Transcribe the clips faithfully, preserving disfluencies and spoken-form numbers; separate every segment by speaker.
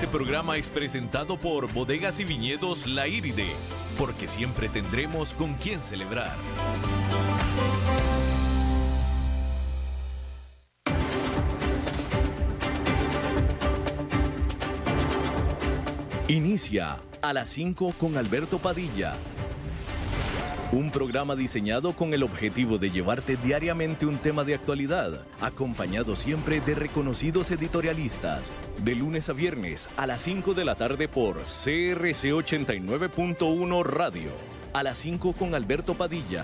Speaker 1: Este programa es presentado por Bodegas y Viñedos La Iride, porque siempre tendremos con quién celebrar. Inicia a las cinco con Alberto Padilla. Un programa diseñado con el objetivo de llevarte diariamente un tema de actualidad, acompañado siempre de reconocidos editorialistas, de lunes a viernes a las cinco de la tarde por C R C ochenta y nueve punto uno Radio. A las cinco con Alberto Padilla.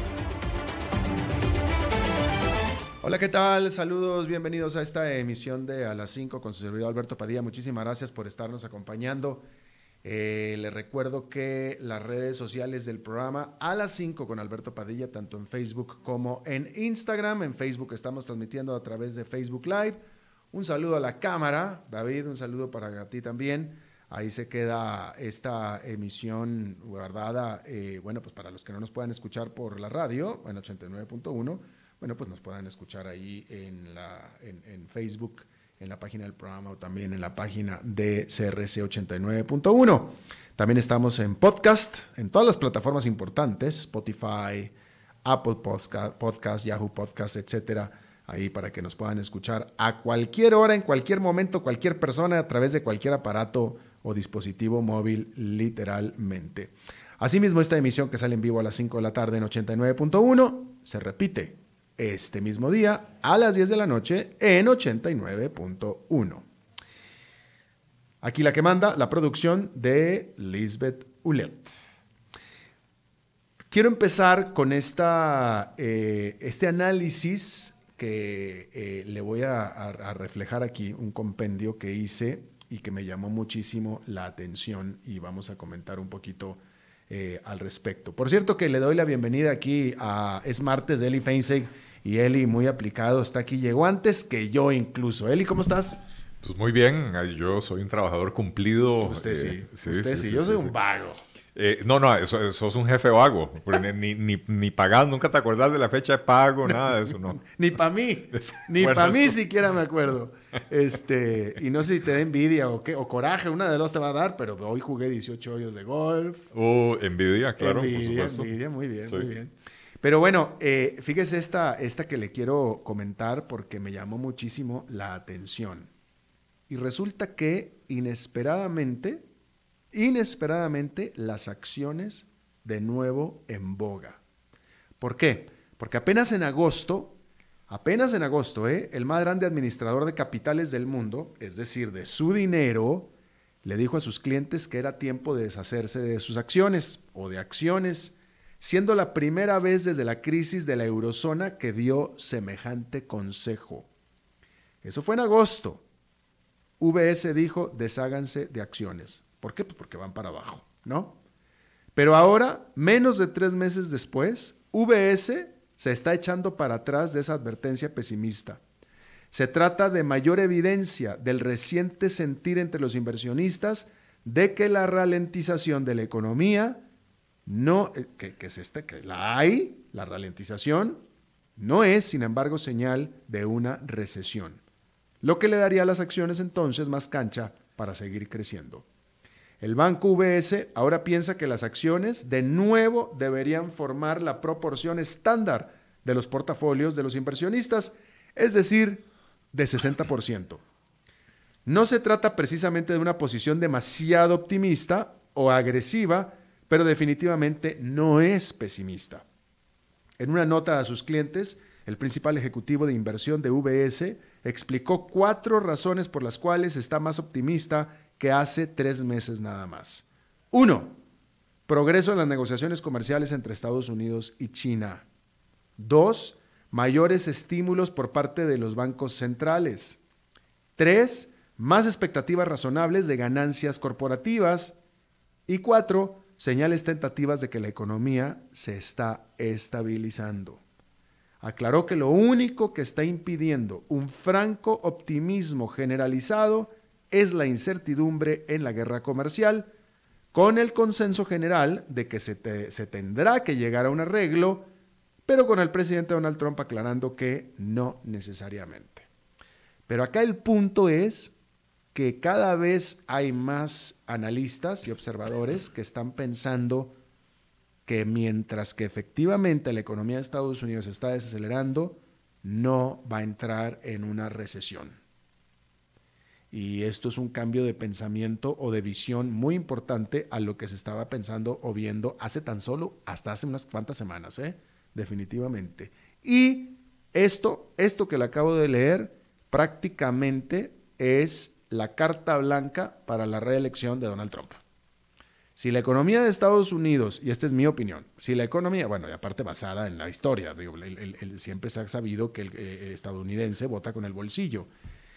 Speaker 2: Hola, ¿qué tal? Saludos, bienvenidos a esta emisión de A las cinco con su servidor Alberto Padilla. Muchísimas gracias por estarnos acompañando. Eh, les recuerdo que las redes sociales del programa A las cinco con Alberto Padilla, tanto en Facebook como en Instagram. En Facebook estamos transmitiendo a través de Facebook Live. Un saludo a la cámara, David, un saludo para ti también. Ahí se queda esta emisión guardada, eh, bueno, pues para los que no nos puedan escuchar por la radio, en ochenta y nueve punto uno, bueno, pues nos puedan escuchar ahí en, la, en, en Facebook, en la página del programa o también en la página de C R C ochenta y nueve punto uno. También estamos en podcast, en todas las plataformas importantes, Spotify, Apple Podcast, Podcast, Yahoo Podcast, etcétera, ahí para que nos puedan escuchar a cualquier hora, en cualquier momento, cualquier persona, a través de cualquier aparato o dispositivo móvil, literalmente. Asimismo, esta emisión que sale en vivo a las cinco de la tarde en ochenta y nueve punto uno se repite este mismo día a las diez de la noche en ochenta y nueve punto uno. Aquí la que manda, la producción de Lisbeth Ulet. Quiero empezar con esta, eh, este análisis que eh, le voy a, a, a reflejar aquí, un compendio que hice y que me llamó muchísimo la atención y vamos a comentar un poquito Eh, al respecto. Por cierto que le doy la bienvenida aquí a Es Martes de Eli Feinstein y Eli, muy aplicado, está aquí, llegó antes que yo incluso. Eli, ¿cómo estás?
Speaker 3: Pues muy bien, yo soy un trabajador cumplido.
Speaker 2: Usted
Speaker 3: eh,
Speaker 2: sí,
Speaker 3: sí,
Speaker 2: usted
Speaker 3: sí,
Speaker 2: sí,
Speaker 3: sí
Speaker 2: yo
Speaker 3: sí,
Speaker 2: soy
Speaker 3: sí.
Speaker 2: un vago.
Speaker 3: Eh, no, no, eso, eso es un jefe vago. Ni, ni, ni pagado, nunca te acordás de la fecha de pago, nada de eso, no.
Speaker 2: Ni para mí, ni
Speaker 3: Bueno,
Speaker 2: para mí
Speaker 3: eso.
Speaker 2: siquiera me acuerdo. Este, y no sé si te da envidia o qué, o coraje, una de dos te va a dar, pero hoy jugué dieciocho hoyos de golf.
Speaker 3: Oh, envidia, claro,
Speaker 2: envidia,
Speaker 3: por supuesto.
Speaker 2: envidia, muy bien,
Speaker 3: Sí.
Speaker 2: muy bien. Pero bueno, eh, fíjese esta, esta que le quiero comentar porque me llamó muchísimo la atención. Y resulta que inesperadamente, inesperadamente las acciones de nuevo en boga. ¿Por qué? Porque apenas en agosto, apenas en agosto, ¿eh? el más grande administrador de capitales del mundo, es decir, de su dinero, le dijo a sus clientes que era tiempo de deshacerse de sus acciones o de acciones, siendo la primera vez desde la crisis de la eurozona que dio semejante consejo. Eso fue en agosto. V S dijo, desháganse de acciones. ¿Por qué? Pues porque van para abajo, ¿no? Pero ahora, menos de tres meses después, V S se está echando para atrás de esa advertencia pesimista. Se trata de mayor evidencia del reciente sentir entre los inversionistas de que la ralentización de la economía, no, que, que, es este, que la hay, la ralentización, no es, sin embargo, señal de una recesión, lo que le daría a las acciones entonces más cancha para seguir creciendo. El banco V S ahora piensa que las acciones de nuevo deberían formar la proporción estándar de los portafolios de los inversionistas, es decir, de sesenta por ciento. No se trata precisamente de una posición demasiado optimista o agresiva, pero definitivamente no es pesimista. En una nota a sus clientes, el principal ejecutivo de inversión de V S explicó cuatro razones por las cuales está más optimista que hace tres meses nada más. Uno, progreso en las negociaciones comerciales entre Estados Unidos y China. Dos, mayores estímulos por parte de los bancos centrales. Tres, más expectativas razonables de ganancias corporativas. Y cuatro, señales tentativas de que la economía se está estabilizando. Aclaró que lo único que está impidiendo un franco optimismo generalizado es la incertidumbre en la guerra comercial, con el consenso general de que se, te, se tendrá que llegar a un arreglo, pero con el presidente Donald Trump aclarando que no necesariamente. Pero acá el punto es que cada vez hay más analistas y observadores que están pensando que mientras que efectivamente la economía de Estados Unidos está desacelerando, no va a entrar en una recesión. Y esto es un cambio de pensamiento o de visión muy importante a lo que se estaba pensando o viendo hace tan solo, hasta hace unas cuantas semanas, ¿eh? Definitivamente. Y esto, esto que le acabo de leer, prácticamente es la carta blanca para la reelección de Donald Trump. Si la economía de Estados Unidos, y esta es mi opinión, si la economía, bueno, y aparte basada en la historia, digo, el, el, el, siempre se ha sabido que el eh, estadounidense vota con el bolsillo.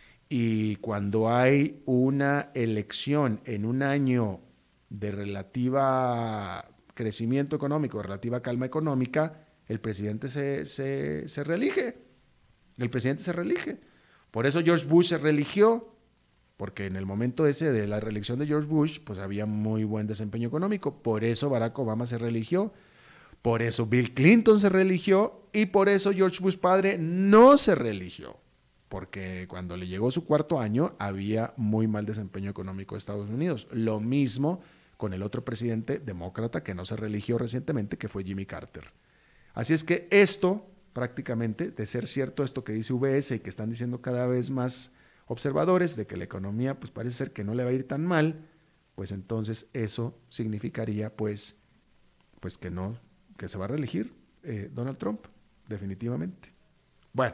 Speaker 2: Y cuando hay una elección en un año de relativa crecimiento económico, relativa calma económica, el presidente se, se, se reelige. El presidente se reelige. Por eso George Bush se reeligió, porque en el momento ese de la reelección de George Bush, pues había muy buen desempeño económico. Por eso Barack Obama se reeligió, por eso Bill Clinton se reeligió y por eso George Bush padre no se reeligió. Porque cuando le llegó su cuarto año había muy mal desempeño económico de Estados Unidos. Lo mismo con el otro presidente demócrata que no se reeligió recientemente, que fue Jimmy Carter. Así es que esto, prácticamente, de ser cierto esto que dice U B S y que están diciendo cada vez más observadores de que la economía pues parece ser que no le va a ir tan mal, pues entonces eso significaría pues, pues que no, que se va a reelegir eh, Donald Trump, definitivamente. Bueno,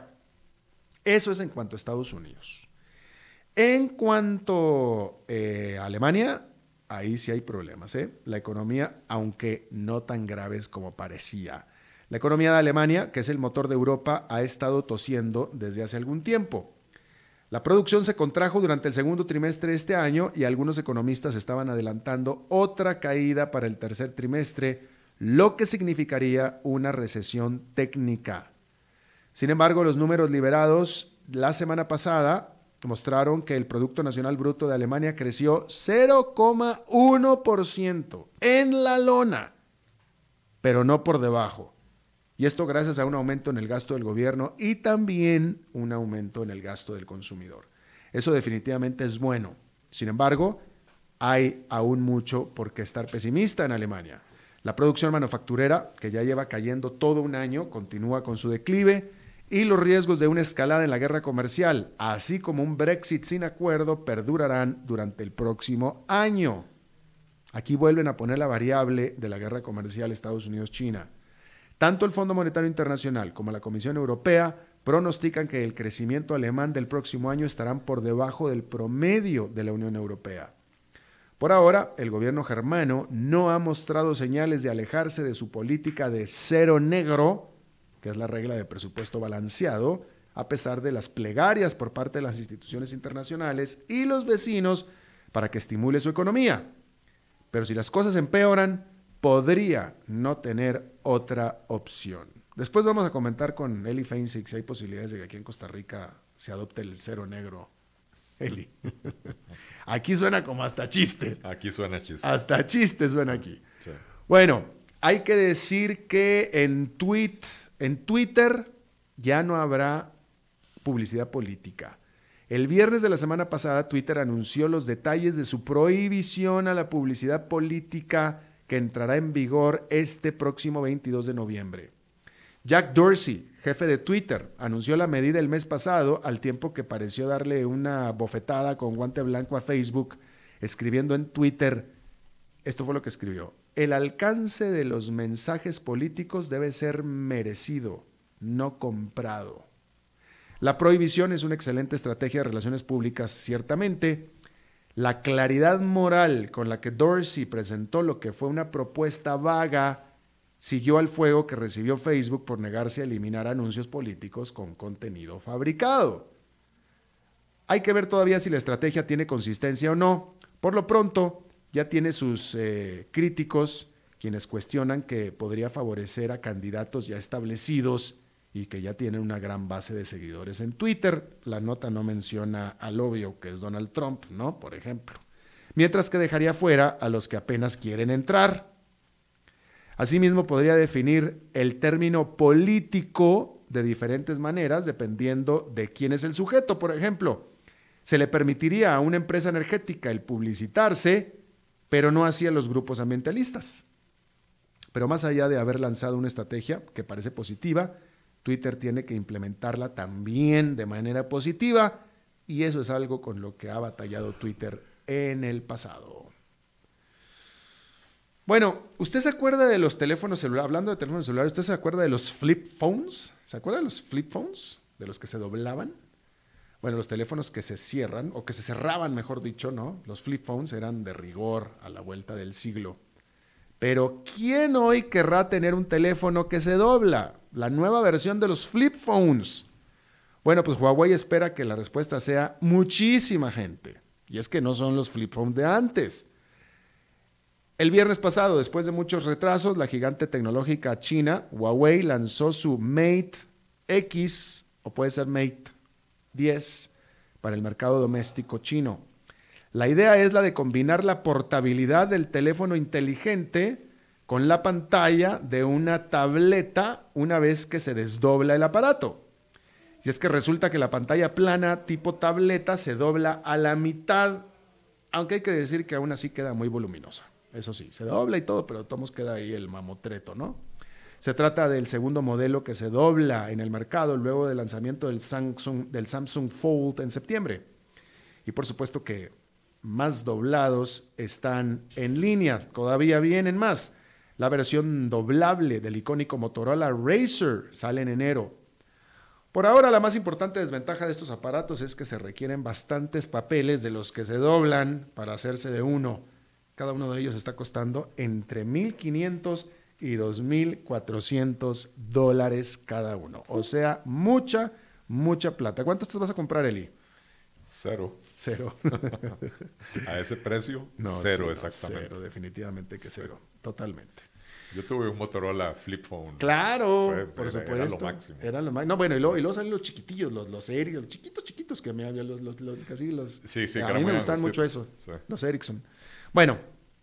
Speaker 2: eso es en cuanto a Estados Unidos. En cuanto eh, a Alemania, ahí sí hay problemas, ¿eh? La economía, aunque no tan graves como parecía. La economía de Alemania, que es el motor de Europa, ha estado tosiendo desde hace algún tiempo. La producción se contrajo durante el segundo trimestre de este año y algunos economistas estaban adelantando otra caída para el tercer trimestre, lo que significaría una recesión técnica. Sin embargo, los números liberados la semana pasada mostraron que el Producto Nacional Bruto de Alemania creció cero coma uno por ciento en la lona, pero no por debajo. Y esto gracias a un aumento en el gasto del gobierno y también un aumento en el gasto del consumidor. Eso definitivamente es bueno. Sin embargo, hay aún mucho por qué estar pesimista en Alemania. La producción manufacturera, que ya lleva cayendo todo un año, continúa con su declive y los riesgos de una escalada en la guerra comercial, así como un Brexit sin acuerdo, perdurarán durante el próximo año. Aquí vuelven a poner la variable de la guerra comercial Estados Unidos-China. Tanto el Fondo Monetario Internacional como la Comisión Europea pronostican que el crecimiento alemán del próximo año estarán por debajo del promedio de la Unión Europea. Por ahora, el gobierno germano no ha mostrado señales de alejarse de su política de cero negro, que es la regla de presupuesto balanceado, a pesar de las plegarias por parte de las instituciones internacionales y los vecinos para que estimule su economía. Pero si las cosas empeoran, podría no tener otra opción. Después vamos a comentar con Eli Feinzig si hay posibilidades de que aquí en Costa Rica se adopte el cero negro. Eli. Aquí suena como hasta chiste.
Speaker 3: Aquí suena chiste.
Speaker 2: Hasta chiste suena aquí.
Speaker 3: Sí.
Speaker 2: Bueno, hay que decir que en, tweet, en Twitter ya no habrá publicidad política. El viernes de la semana pasada, Twitter anunció los detalles de su prohibición a la publicidad política que entrará en vigor este próximo veintidós de noviembre. Jack Dorsey, jefe de Twitter, anunció la medida el mes pasado, al tiempo que pareció darle una bofetada con guante blanco a Facebook, escribiendo en Twitter, esto fue lo que escribió: el alcance de los mensajes políticos debe ser merecido, no comprado. La prohibición es una excelente estrategia de relaciones públicas, ciertamente. La claridad moral con la que Dorsey presentó lo que fue una propuesta vaga siguió al fuego que recibió Facebook por negarse a eliminar anuncios políticos con contenido fabricado. Hay que ver todavía si la estrategia tiene consistencia o no. Por lo pronto, ya tiene sus eh, críticos, quienes cuestionan que podría favorecer a candidatos ya establecidos y que ya tienen una gran base de seguidores en Twitter. La nota no menciona al obvio, que es Donald Trump, ¿no? Por ejemplo. Mientras que dejaría fuera a los que apenas quieren entrar. Asimismo, podría definir el término político de diferentes maneras, dependiendo de quién es el sujeto. Por ejemplo, Se le permitiría a una empresa energética el publicitarse, pero no así a los grupos ambientalistas. Pero más allá de haber lanzado una estrategia que parece positiva, Twitter tiene que implementarla también de manera positiva, y eso es algo con lo que ha batallado Twitter en el pasado. Bueno, ¿usted se acuerda de los teléfonos celulares? Hablando de teléfonos celulares, ¿usted se acuerda de los flip phones? ¿Se acuerda de los flip phones? De los que se doblaban. Bueno, los teléfonos que se cierran, o que se cerraban, mejor dicho, ¿no? Los flip phones eran de rigor a la vuelta del siglo. Pero ¿quién hoy querrá tener un teléfono que se dobla? La nueva versión de los flip phones. Bueno, pues Huawei espera que la respuesta sea muchísima gente. Y es que no son los flip phones de antes. El viernes pasado, después de muchos retrasos, la gigante tecnológica china, Huawei, lanzó su Mate X, o puede ser Mate diez, para el mercado doméstico chino. La idea es la de combinar la portabilidad del teléfono inteligente con la pantalla de una tableta una vez que se desdobla el aparato. Y es que resulta que la pantalla plana tipo tableta se dobla a la mitad, aunque hay que decir que aún así queda muy voluminosa. Eso sí, se dobla y todo, pero de todos modos queda ahí el mamotreto, ¿no? Se trata del segundo modelo que se dobla en el mercado luego del lanzamiento del Samsung, del Samsung Fold en septiembre. Y por supuesto que más doblados están en línea, todavía vienen más. La versión doblable del icónico Motorola Razr sale en enero. Por ahora, la más importante desventaja de estos aparatos es que se requieren bastantes papeles de los que se doblan para hacerse de uno. Cada uno de ellos está costando entre mil quinientos y dos mil cuatrocientos dólares cada uno. O sea, mucha, mucha plata. ¿Cuántos te vas a comprar, Eli?
Speaker 3: Cero.
Speaker 2: Cero.
Speaker 3: A ese precio,
Speaker 2: no,
Speaker 3: cero,
Speaker 2: sí, no,
Speaker 3: exactamente.
Speaker 2: Cero, definitivamente que cero. cero. Totalmente.
Speaker 3: Yo tuve un Motorola Flip Phone.
Speaker 2: Claro,
Speaker 3: Fue,
Speaker 2: por
Speaker 3: era,
Speaker 2: supuesto.
Speaker 3: Era lo máximo.
Speaker 2: Era lo máximo. No, bueno, y luego, y luego salen los chiquitillos, los, los Ericsson, los chiquitos, chiquitos, que me había, los, los, los, casi los...
Speaker 3: Sí, sí.
Speaker 2: A mí me gustan mucho eso,
Speaker 3: sí.
Speaker 2: Los Ericsson. Bueno,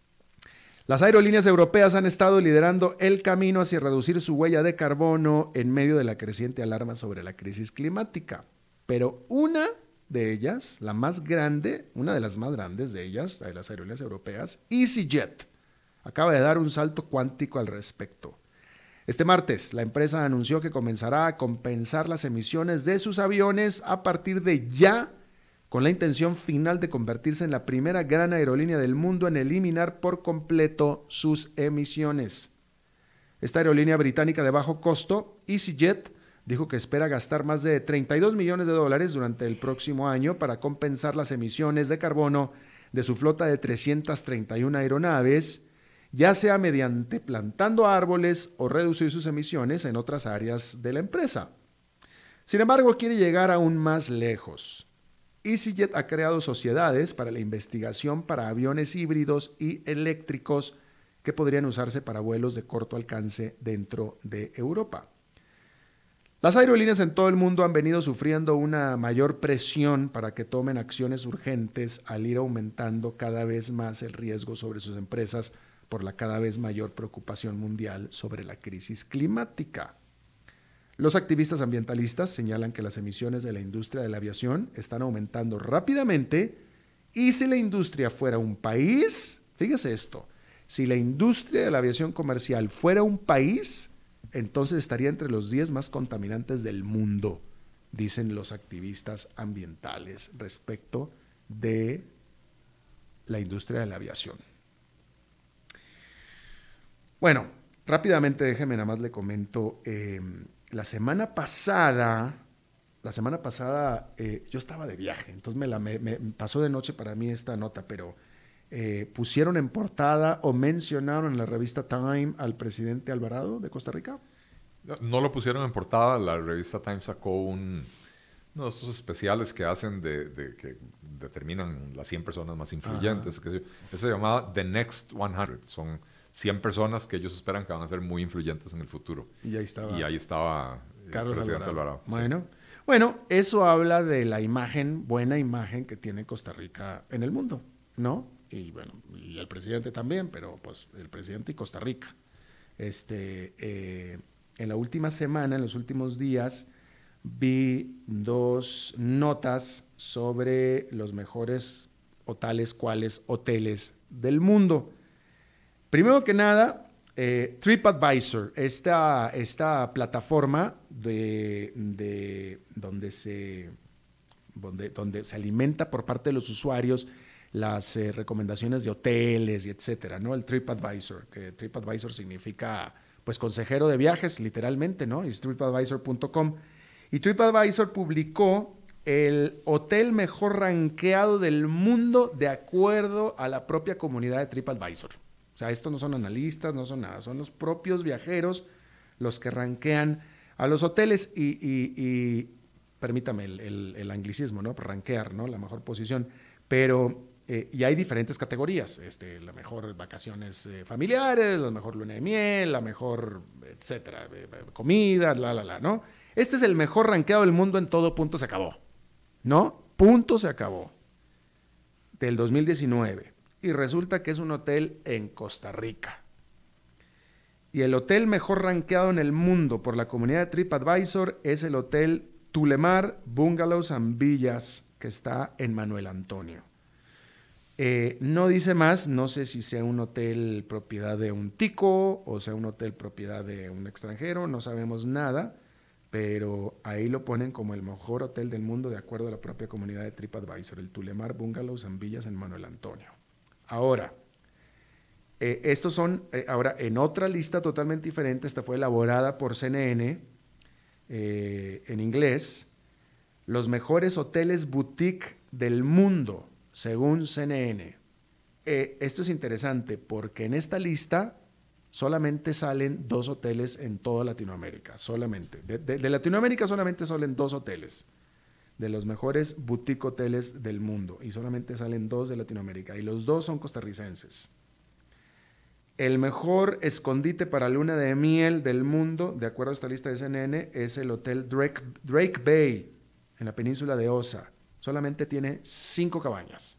Speaker 2: las aerolíneas europeas han estado liderando el camino hacia reducir su huella de carbono en medio de la creciente alarma sobre la crisis climática. Pero una de ellas, la más grande, una de las más grandes de ellas, de las aerolíneas europeas, EasyJet, acaba de dar un salto cuántico al respecto. Este martes, la empresa anunció que comenzará a compensar las emisiones de sus aviones a partir de ya, con la intención final de convertirse en la primera gran aerolínea del mundo en eliminar por completo sus emisiones. Esta aerolínea británica de bajo costo, EasyJet, dijo que espera gastar más de treinta y dos millones de dólares durante el próximo año para compensar las emisiones de carbono de su flota de trescientas treinta y una aeronaves, ya sea mediante plantando árboles o reducir sus emisiones en otras áreas de la empresa. Sin embargo, quiere llegar aún más lejos. EasyJet ha creado sociedades para la investigación para aviones híbridos y eléctricos que podrían usarse para vuelos de corto alcance dentro de Europa. Las aerolíneas en todo el mundo han venido sufriendo una mayor presión para que tomen acciones urgentes al ir aumentando cada vez más el riesgo sobre sus empresas por la cada vez mayor preocupación mundial sobre la crisis climática. Los activistas ambientalistas señalan que las emisiones de la industria de la aviación están aumentando rápidamente y si la industria fuera un país, fíjese esto, si la industria de la aviación comercial fuera un país, entonces estaría entre los diez más contaminantes del mundo, dicen los activistas ambientales respecto de la industria de la aviación. Bueno, rápidamente déjeme nada más le comento, eh, la semana pasada, la semana pasada eh, yo estaba de viaje, entonces me, la, me, me pasó de noche para mí esta nota, pero eh, pusieron en portada o mencionaron en la revista Time al presidente Alvarado de Costa Rica.
Speaker 3: No, no lo pusieron en portada, la revista Time sacó un, uno de estos especiales que hacen de, de que determinan las cien personas más influyentes. Que, ese se llamaba The Next cien, son cien personas que ellos esperan que van a ser muy influyentes en el futuro.
Speaker 2: Y ahí estaba.
Speaker 3: Y ahí estaba
Speaker 2: Carlos
Speaker 3: el presidente
Speaker 2: Alvarado.
Speaker 3: Alvarado.
Speaker 2: Bueno,
Speaker 3: sí.
Speaker 2: bueno, eso habla de la imagen, buena imagen que tiene Costa Rica en el mundo, ¿no? Y bueno, y el presidente también, pero pues el presidente y Costa Rica. Este, eh, en la última semana, en los últimos días, vi dos notas sobre los mejores o tales cuales hoteles del mundo. Primero que nada, eh, TripAdvisor, esta, esta plataforma de, de, donde, se, donde, donde se alimenta por parte de los usuarios las eh, recomendaciones de hoteles y etcétera, ¿no? El TripAdvisor, que TripAdvisor significa, pues, consejero de viajes, literalmente, ¿no? Es tripadvisor punto com. Y TripAdvisor publicó el hotel mejor rankeado del mundo de acuerdo a la propia comunidad de TripAdvisor. O sea, estos no son analistas, no son nada, son los propios viajeros los que rankean a los hoteles y, y, y permítame el, el, el anglicismo, ¿no? Rankear, ¿no? La mejor posición. Pero, eh, y hay diferentes categorías, este, la mejor vacaciones eh, familiares, la mejor luna de miel, la mejor, etcétera, eh, comida, la, la, la, ¿no? Este es el mejor rankeado del mundo en todo, punto, se acabó, ¿no? Punto, se acabó. Del dos mil diecinueve. Y resulta que es un hotel en Costa Rica. Y el hotel mejor rankeado en el mundo por la comunidad de TripAdvisor es el Hotel Tulemar Bungalows and Villas, que está en Manuel Antonio. Eh, no dice más, no sé si sea un hotel propiedad de un tico o sea un hotel propiedad de un extranjero, no sabemos nada, pero ahí lo ponen como el mejor hotel del mundo de acuerdo a la propia comunidad de TripAdvisor, el Tulemar Bungalows and Villas en Manuel Antonio. Ahora, eh, estos son, eh, ahora en otra lista totalmente diferente, esta fue elaborada por C N N eh, en inglés, los mejores hoteles boutique del mundo, según C N N. Eh, esto es interesante porque en esta lista solamente salen dos hoteles en toda Latinoamérica, solamente. De, de, de Latinoamérica solamente salen dos hoteles, de los mejores boutique hoteles del mundo, y solamente salen dos de Latinoamérica, y los dos son costarricenses. El mejor escondite para luna de miel del mundo, de acuerdo a esta lista de C N N, es el Hotel Drake, Drake Bay, en la península de Osa. Solamente tiene cinco cabañas.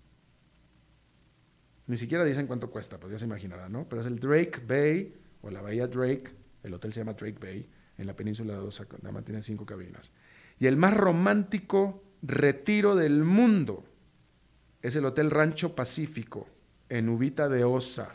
Speaker 2: Ni siquiera dicen cuánto cuesta, pues ya se imaginarán, ¿no? Pero es el Drake Bay, o la bahía Drake, el hotel se llama Drake Bay, en la península de Osa, nada más tiene cinco cabinas. Y el más romántico retiro del mundo es el Hotel Rancho Pacífico, en Uvita de Osa.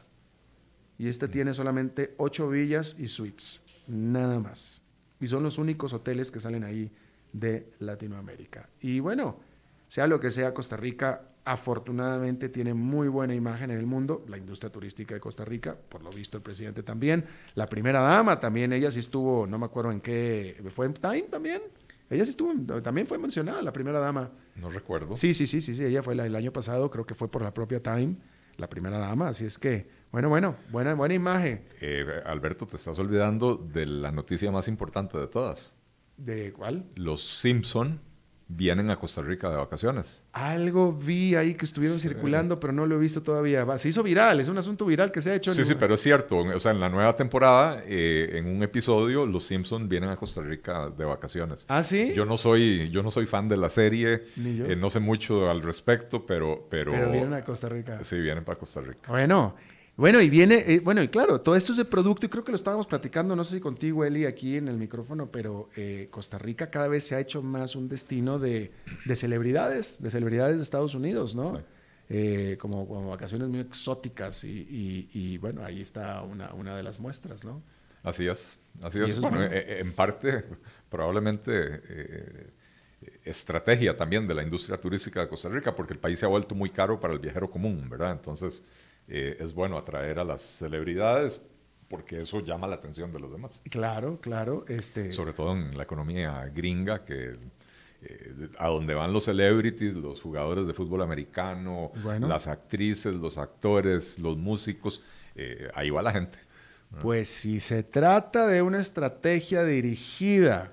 Speaker 2: Y este tiene solamente ocho villas y suites, nada más. Y son los únicos hoteles que salen ahí de Latinoamérica. Y bueno, sea lo que sea, Costa Rica afortunadamente tiene muy buena imagen en el mundo, la industria turística de Costa Rica, por lo visto el presidente también, la primera dama también, ella sí estuvo, no me acuerdo en qué, ¿fue en Time también? Ella sí estuvo, también fue mencionada, la primera dama.
Speaker 3: No recuerdo.
Speaker 2: Sí, sí, sí, sí, sí, ella fue la, el año pasado, creo que fue por la propia Time, la primera dama, así es que, bueno, bueno, buena, buena imagen.
Speaker 3: Eh, Alberto, te estás olvidando de la noticia más importante de todas.
Speaker 2: ¿De cuál?
Speaker 3: Los Simpson vienen a Costa Rica de vacaciones.
Speaker 2: Algo vi ahí que estuvieron sí. circulando, pero no lo he visto todavía. Va, se hizo viral, es un asunto viral que se ha hecho.
Speaker 3: Sí, en... sí, pero es cierto. O sea, en la nueva temporada, eh, en un episodio, los Simpson vienen a Costa Rica de vacaciones.
Speaker 2: ¿Ah, sí?
Speaker 3: Yo no soy, yo no soy fan de la serie,
Speaker 2: Ni yo.
Speaker 3: Eh, no sé mucho al respecto, pero, pero...
Speaker 2: Pero vienen a Costa Rica.
Speaker 3: Sí, vienen para Costa Rica.
Speaker 2: Bueno... Bueno, y viene, eh, bueno, y claro, todo esto es de producto, y creo que lo estábamos platicando, no sé si contigo, Eli, aquí en el micrófono, pero eh, Costa Rica cada vez se ha hecho más un destino de, de celebridades, de celebridades de Estados Unidos, ¿no? Sí. Eh, como, como vacaciones muy exóticas, y, y, y bueno, ahí está una, una de las muestras, ¿no?
Speaker 3: Así es, así es. Bueno, es bueno. Eh, en parte, probablemente... Eh, estrategia también de la industria turística de Costa Rica, porque el país se ha vuelto muy caro para el viajero común, ¿verdad? Entonces... Eh, es bueno atraer a las celebridades porque eso llama la atención de los demás.
Speaker 2: Claro, claro. Este...
Speaker 3: Sobre todo en la economía gringa, que eh, a donde van los celebrities, los jugadores de fútbol americano, bueno. las actrices, los actores, los músicos, eh, ahí va la gente.
Speaker 2: Pues si se trata de una estrategia dirigida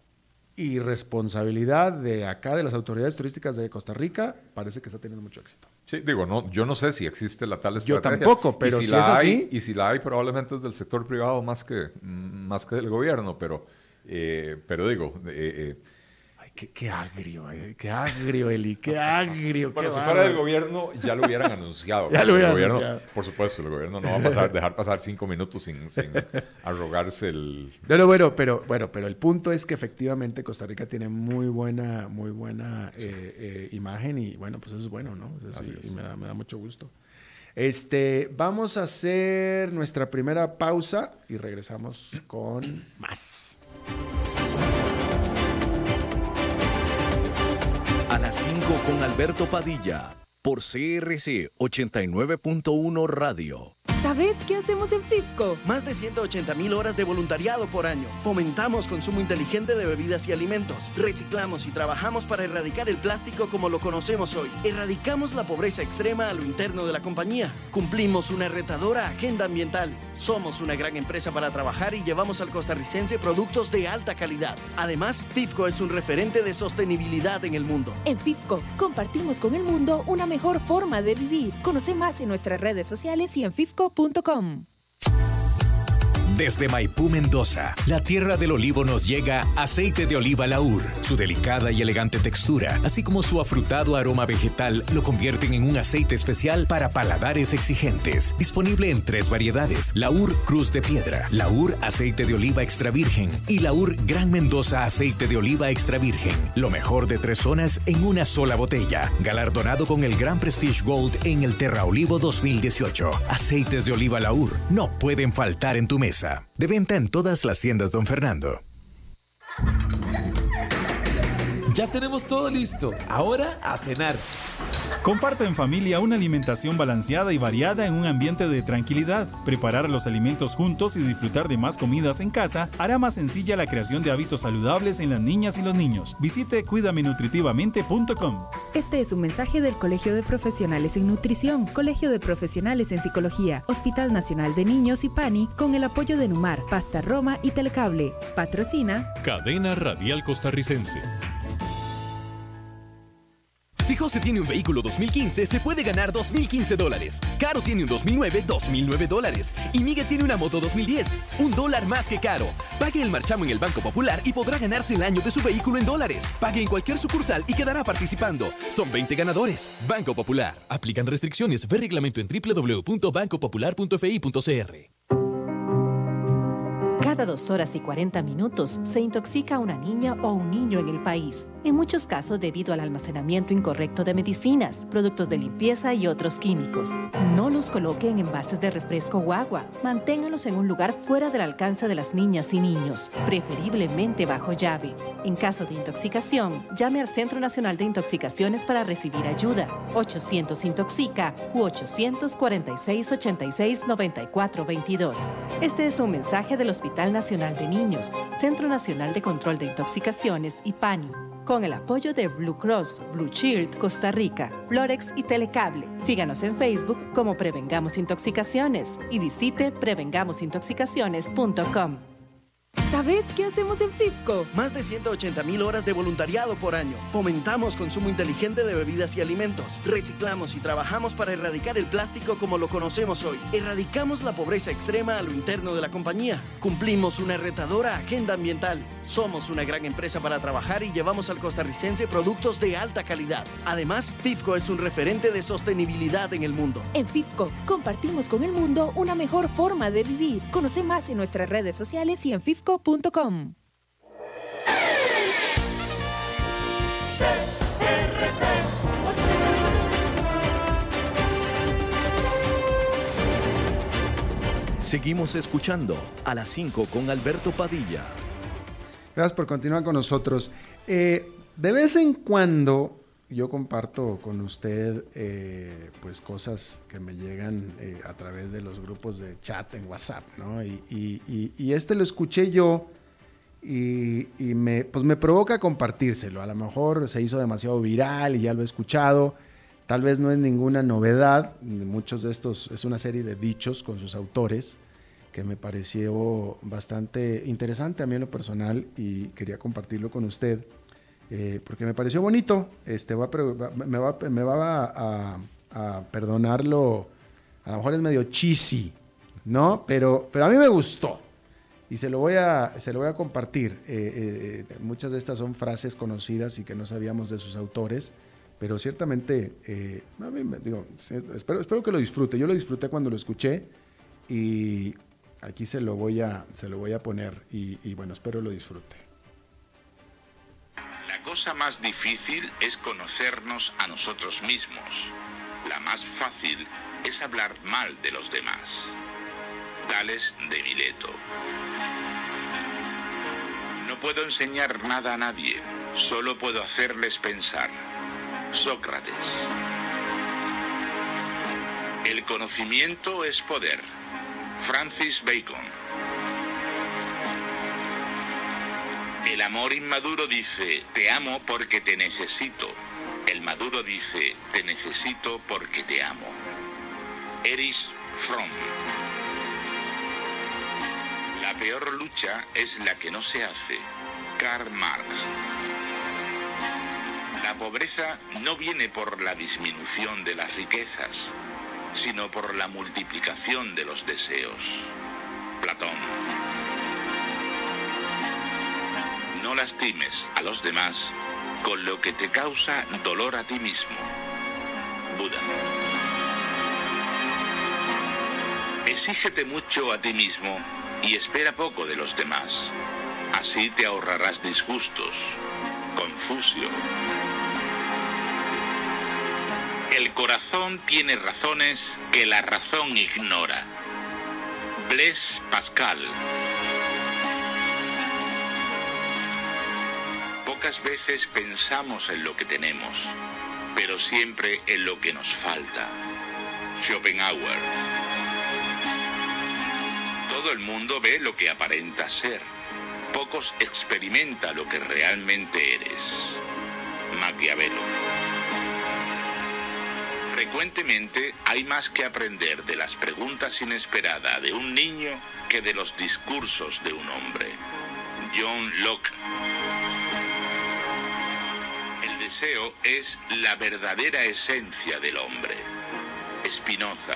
Speaker 2: y responsabilidad de acá, de las autoridades turísticas de Costa Rica, parece que está teniendo mucho éxito.
Speaker 3: Sí, digo, no, yo no sé si existe la tal estrategia.
Speaker 2: Yo tampoco, pero
Speaker 3: si,
Speaker 2: si
Speaker 3: la
Speaker 2: es
Speaker 3: hay,
Speaker 2: así...
Speaker 3: Y si la hay, probablemente es del sector privado más que, más que del gobierno, pero, eh, pero digo... Eh, eh,
Speaker 2: qué, qué agrio, eh, qué agrio, Eli, qué agrio.
Speaker 3: Bueno,
Speaker 2: qué
Speaker 3: si
Speaker 2: bárbaro.
Speaker 3: fuera del gobierno, ya lo hubieran anunciado.
Speaker 2: Ya lo hubieran
Speaker 3: el gobierno,
Speaker 2: anunciado.
Speaker 3: Por supuesto, el gobierno no va a pasar, dejar pasar cinco minutos sin, sin arrogarse el...
Speaker 2: Pero bueno, pero bueno, pero el punto es que efectivamente Costa Rica tiene muy buena, muy buena sí. eh, eh, imagen y bueno, pues eso es bueno, ¿no? Eso sí, y me da, me da mucho gusto. Este, vamos a hacer nuestra primera pausa y regresamos con más.
Speaker 1: A las cinco con Alberto Padilla, por C R C ochenta y nueve punto uno Radio.
Speaker 4: ¿Sabes qué hacemos en FIFCO?
Speaker 5: Más de ciento ochenta mil horas de voluntariado por año. Fomentamos consumo inteligente de bebidas y alimentos. Reciclamos y trabajamos para erradicar el plástico como lo conocemos hoy. Erradicamos la pobreza extrema a lo interno de la compañía. Cumplimos una retadora agenda ambiental. Somos una gran empresa para trabajar y llevamos al costarricense productos de alta calidad. Además, FIFCO es un referente de sostenibilidad en el mundo.
Speaker 4: En FIFCO compartimos con el mundo una mejor forma de vivir. Conoce más en nuestras redes sociales y en fifco punto com.
Speaker 6: Desde Maipú, Mendoza, la tierra del olivo, nos llega aceite de oliva Laur. Su delicada y elegante textura, así como su afrutado aroma vegetal, lo convierten en un aceite especial para paladares exigentes. Disponible en tres variedades: Laur Cruz de Piedra, Laur Aceite de Oliva Extra Virgen y Laur Gran Mendoza Aceite de Oliva Extra Virgen. Lo mejor de tres zonas en una sola botella. Galardonado con el Gran Prestige Gold en el Terra Olivo dos mil dieciocho. Aceites de oliva Laur no pueden faltar en tu mesa. De venta en todas las tiendas Don Fernando.
Speaker 7: Ya tenemos todo listo. Ahora a cenar.
Speaker 8: Comparta en familia una alimentación balanceada y variada en un ambiente de tranquilidad. Preparar los alimentos juntos y disfrutar de más comidas en casa hará más sencilla la creación de hábitos saludables en las niñas y los niños. Visite cuídame nutritivamente punto com.
Speaker 9: Este es un mensaje del Colegio de Profesionales en Nutrición, Colegio de Profesionales en Psicología, Hospital Nacional de Niños y PANI, con el apoyo de Numar, Pasta Roma y Telecable. Patrocina
Speaker 10: Cadena Radial Costarricense.
Speaker 11: Si José tiene un vehículo dos mil quince, se puede ganar dos mil quince dólares. Caro tiene un dos mil nueve, dos mil nueve dólares. Y Miguel tiene una moto dos mil diez, un dólar más que Caro. Pague el marchamo en el Banco Popular y podrá ganarse el año de su vehículo en dólares. Pague en cualquier sucursal y quedará participando. Son veinte ganadores. Banco Popular. Aplican restricciones. Ve reglamento en doble u doble u doble u punto banco popular punto f i punto c r.
Speaker 12: Cada dos horas y cuarenta minutos se intoxica una niña o un niño en el país. En muchos casos debido al almacenamiento incorrecto de medicinas, productos de limpieza y otros químicos. No los coloque en envases de refresco o agua. Manténgalos en un lugar fuera del alcance de las niñas y niños, preferiblemente bajo llave. En caso de intoxicación, llame al Centro Nacional de Intoxicaciones para recibir ayuda. ochocientos intoxica u ochocientos cuarenta y seis, ochenta y seis, noventa y cuatro veintidós. Este es un mensaje del Hospital Nacional de Niños, Centro Nacional de Control de Intoxicaciones y PANI, con el apoyo de Blue Cross, Blue Shield, Costa Rica, Florex y Telecable. Síganos en Facebook como Prevengamos Intoxicaciones y visite prevengamos intoxicaciones punto com.
Speaker 4: ¿Sabes qué hacemos en FIFCO?
Speaker 5: Más de ciento ochenta mil horas de voluntariado por año. Fomentamos consumo inteligente de bebidas y alimentos. Reciclamos y trabajamos para erradicar el plástico como lo conocemos hoy. Erradicamos la pobreza extrema a lo interno de la compañía. Cumplimos una retadora agenda ambiental. Somos una gran empresa para trabajar y llevamos al costarricense productos de alta calidad. Además, FIFCO es un referente de sostenibilidad en el mundo.
Speaker 4: En FIFCO compartimos con el mundo una mejor forma de vivir. Conoce más en nuestras redes sociales y en fifco punto com.
Speaker 1: Seguimos escuchando a las cinco con Alberto Padilla.
Speaker 2: Gracias por continuar con nosotros. Eh, de vez en cuando yo comparto con usted eh, pues cosas que me llegan eh, a través de los grupos de chat en WhatsApp, ¿no? Y, y, y, y este lo escuché yo y, y me, pues me provoca compartírselo. A lo mejor se hizo demasiado viral y ya lo he escuchado. Tal vez no es ninguna novedad. Muchos de estos es una serie de dichos con sus autores que me pareció bastante interesante a mí en lo personal y quería compartirlo con usted. Eh, porque me pareció bonito, este, va a, me va, me va a, a, a perdonarlo, a lo mejor es medio cheesy, ¿no? Pero, pero a mí me gustó. Y se lo voy a, se lo voy a compartir. Eh, eh, muchas de estas son frases conocidas y que no sabíamos de sus autores, pero ciertamente, eh, a mí me, digo, espero, espero que lo disfrute. Yo lo disfruté cuando lo escuché y aquí se lo voy a, se lo voy a poner y, y bueno, espero lo disfrute.
Speaker 13: La cosa más difícil es conocernos a nosotros mismos. La más fácil es hablar mal de los demás. Tales de Mileto. No puedo enseñar nada a nadie, solo puedo hacerles pensar. Sócrates. El conocimiento es poder. Francis Bacon. El amor inmaduro dice, te amo porque te necesito. El maduro dice, te necesito porque te amo. Erich Fromm. La peor lucha es la que no se hace. Karl Marx. La pobreza no viene por la disminución de las riquezas, sino por la multiplicación de los deseos. Platón. No lastimes a los demás con lo que te causa dolor a ti mismo. Buda. Exígete mucho a ti mismo y espera poco de los demás. Así te ahorrarás disgustos. Confucio. El corazón tiene razones que la razón ignora. Blaise Pascal. Pocas veces pensamos en lo que tenemos, pero siempre en lo que nos falta. Schopenhauer. Todo el mundo ve lo que aparenta ser. Pocos experimenta lo que realmente eres. Maquiavelo. Frecuentemente hay más que aprender de las preguntas inesperadas de un niño que de los discursos de un hombre. John Locke. El deseo es la verdadera esencia del hombre. Spinoza.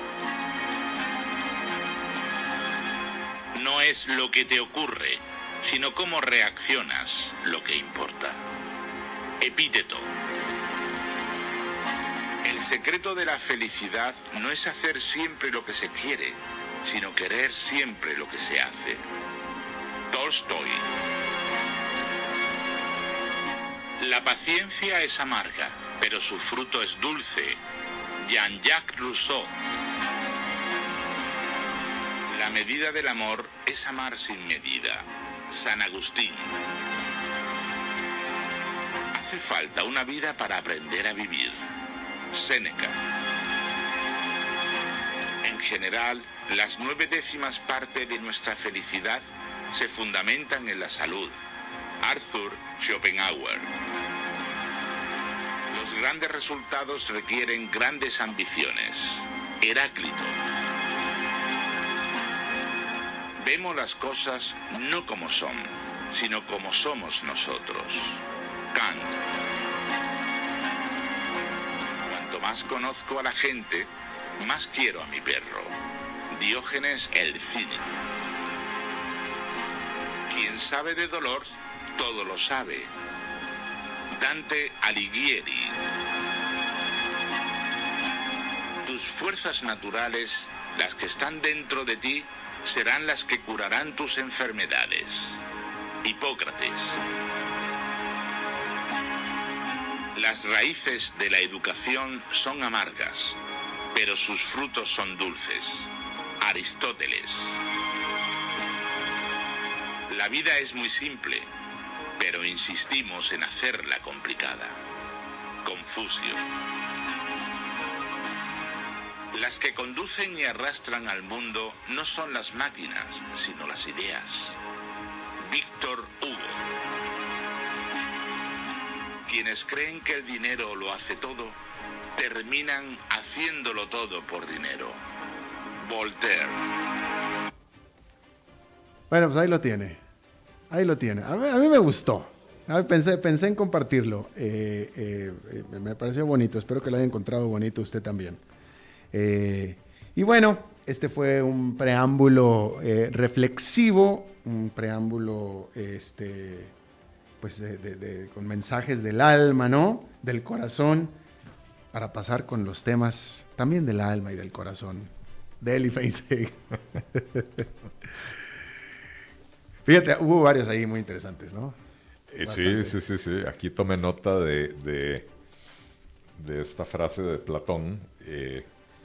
Speaker 13: No es lo que te ocurre, sino cómo reaccionas lo que importa. Epíteto. El secreto de la felicidad no es hacer siempre lo que se quiere, sino querer siempre lo que se hace. Tolstoy. La paciencia es amarga, pero su fruto es dulce. Jean-Jacques Rousseau. La medida del amor es amar sin medida. San Agustín. Hace falta una vida para aprender a vivir. Séneca. En general, las nueve décimas partes de nuestra felicidad se fundamentan en la salud. Arthur Schopenhauer. Los grandes resultados requieren grandes ambiciones. Heráclito. Vemos las cosas no como son, sino como somos nosotros. Kant. Cuanto más conozco a la gente, más quiero a mi perro. Diógenes el Cínico. Quien sabe de dolor, todo lo sabe. Dante Alighieri. Tus fuerzas naturales, las que están dentro de ti, serán las que curarán tus enfermedades. Hipócrates. Las raíces de la educación son amargas, pero sus frutos son dulces. Aristóteles. La vida es muy simple, pero insistimos en hacerla complicada. Confucio. Las que conducen y arrastran al mundo no son las máquinas, sino las ideas. Víctor Hugo. Quienes creen que el dinero lo hace todo, terminan haciéndolo todo por dinero. Voltaire.
Speaker 2: Bueno, pues ahí lo tiene. Ahí lo tiene. A mí, a mí me gustó. A mí pensé, pensé en compartirlo. Eh, eh, eh, me pareció bonito. Espero que lo haya encontrado bonito usted también. Eh, y bueno, este fue un preámbulo eh, reflexivo, un preámbulo este, pues de, de, de, con mensajes del alma, ¿no? Del corazón, para pasar con los temas también del alma y del corazón de Eli Feinstein. Fíjate, hubo varios ahí muy interesantes, ¿no?
Speaker 3: Eh, sí, sí, sí, sí. Aquí tomé nota de, de, de esta frase de Platón, eh,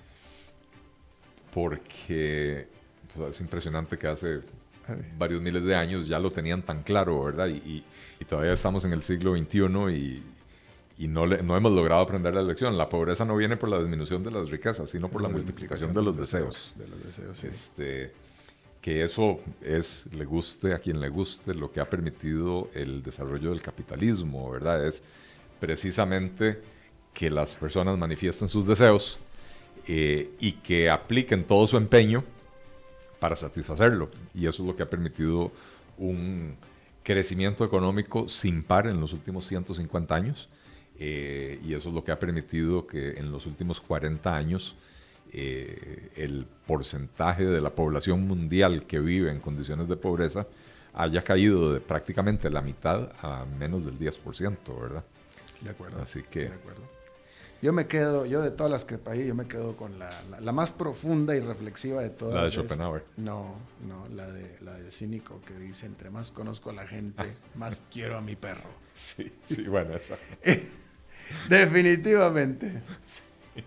Speaker 3: porque pues, es impresionante que hace varios miles de años ya lo tenían tan claro, ¿verdad? Y, y, y todavía estamos en el siglo veintiuno y, y no, le, no hemos logrado aprender la lección. La pobreza no viene por la disminución de las riquezas, sino por la, la multiplicación de los deseos.
Speaker 2: De los deseos, sí.
Speaker 3: Este, que eso es, le guste a quien le guste, lo que ha permitido el desarrollo del capitalismo, ¿verdad? Es precisamente que las personas manifiesten sus deseos eh, y que apliquen todo su empeño para satisfacerlo. Y eso es lo que ha permitido un crecimiento económico sin par en los últimos ciento cincuenta años. Eh, y eso es lo que ha permitido que en los últimos cuarenta años eh, el porcentaje de la población mundial que vive en condiciones de pobreza haya caído de prácticamente la mitad a menos del diez por ciento, ¿verdad?
Speaker 2: De acuerdo.
Speaker 3: Así que...
Speaker 2: De acuerdo. Yo me quedo, yo de todas las que ahí, yo me quedo con la, la, la más profunda y reflexiva de todas.
Speaker 3: La de
Speaker 2: es,
Speaker 3: Schopenhauer.
Speaker 2: No, no, la de, la de Cínico, que dice, entre más conozco a la gente, más quiero a mi perro.
Speaker 3: Sí, sí, bueno, esa.
Speaker 2: Definitivamente.
Speaker 3: Sí.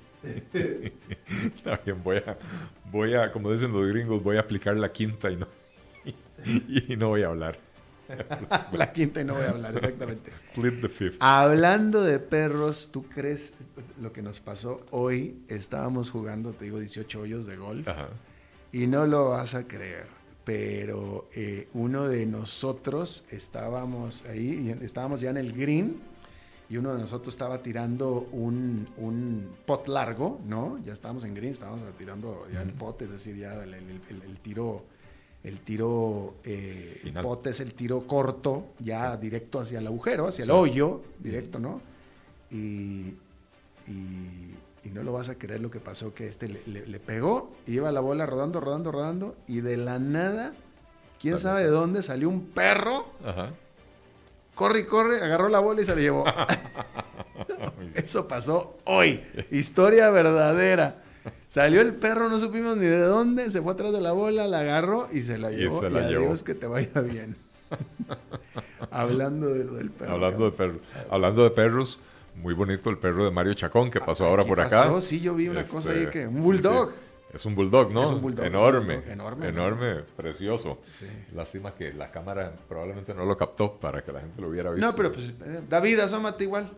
Speaker 3: Está bien, voy a, voy a, como dicen los gringos, voy a aplicar la quinta y no, y, y no voy a hablar.
Speaker 2: La quinta y no voy a hablar, exactamente.
Speaker 3: Plead the fifth.
Speaker 2: Hablando de perros, ¿tú crees pues, lo que nos pasó hoy? Estábamos jugando, te digo, dieciocho hoyos de golf.
Speaker 3: Ajá.
Speaker 2: Y no lo vas a creer, pero eh, uno de nosotros estábamos ahí, y estábamos ya en el green, y uno de nosotros estaba tirando un, un pot largo, ¿no? Ya estábamos en green, estábamos tirando ya uh-huh. el pot, es decir, ya el, el, el, el tiro... El tiro eh, pot es el tiro corto, ya sí. directo hacia el agujero, hacia sí. el hoyo, directo, ¿no? Y, y, y no lo vas a creer lo que pasó, que este le, le, le pegó, y iba la bola rodando, rodando, rodando, y de la nada, quién sabe de dónde, salió un perro,
Speaker 3: Ajá.
Speaker 2: corre y corre, agarró la bola y se la llevó. Eso pasó hoy, historia verdadera. Salió el perro, no supimos ni de dónde, se fue atrás de la bola, la agarró y se la llevó. Y, se la y llevó. Adiós, que te vaya bien. Hablando de lo del perro.
Speaker 3: Hablando de perros. Hablando de perros, muy bonito el perro de Mario Chacón que pasó ah, ahora por acá.
Speaker 2: Pasó? Sí, yo vi una este, cosa ahí que... Un bulldog.
Speaker 3: Sí, sí. Es un bulldog, ¿no?
Speaker 2: Es un bulldog.
Speaker 3: Enorme.
Speaker 2: Es un bulldog, enorme.
Speaker 3: Enorme, precioso.
Speaker 2: Sí.
Speaker 3: Lástima que la cámara probablemente no lo captó para que la gente lo hubiera visto.
Speaker 2: No, pero pues, eh, David, asómate igual.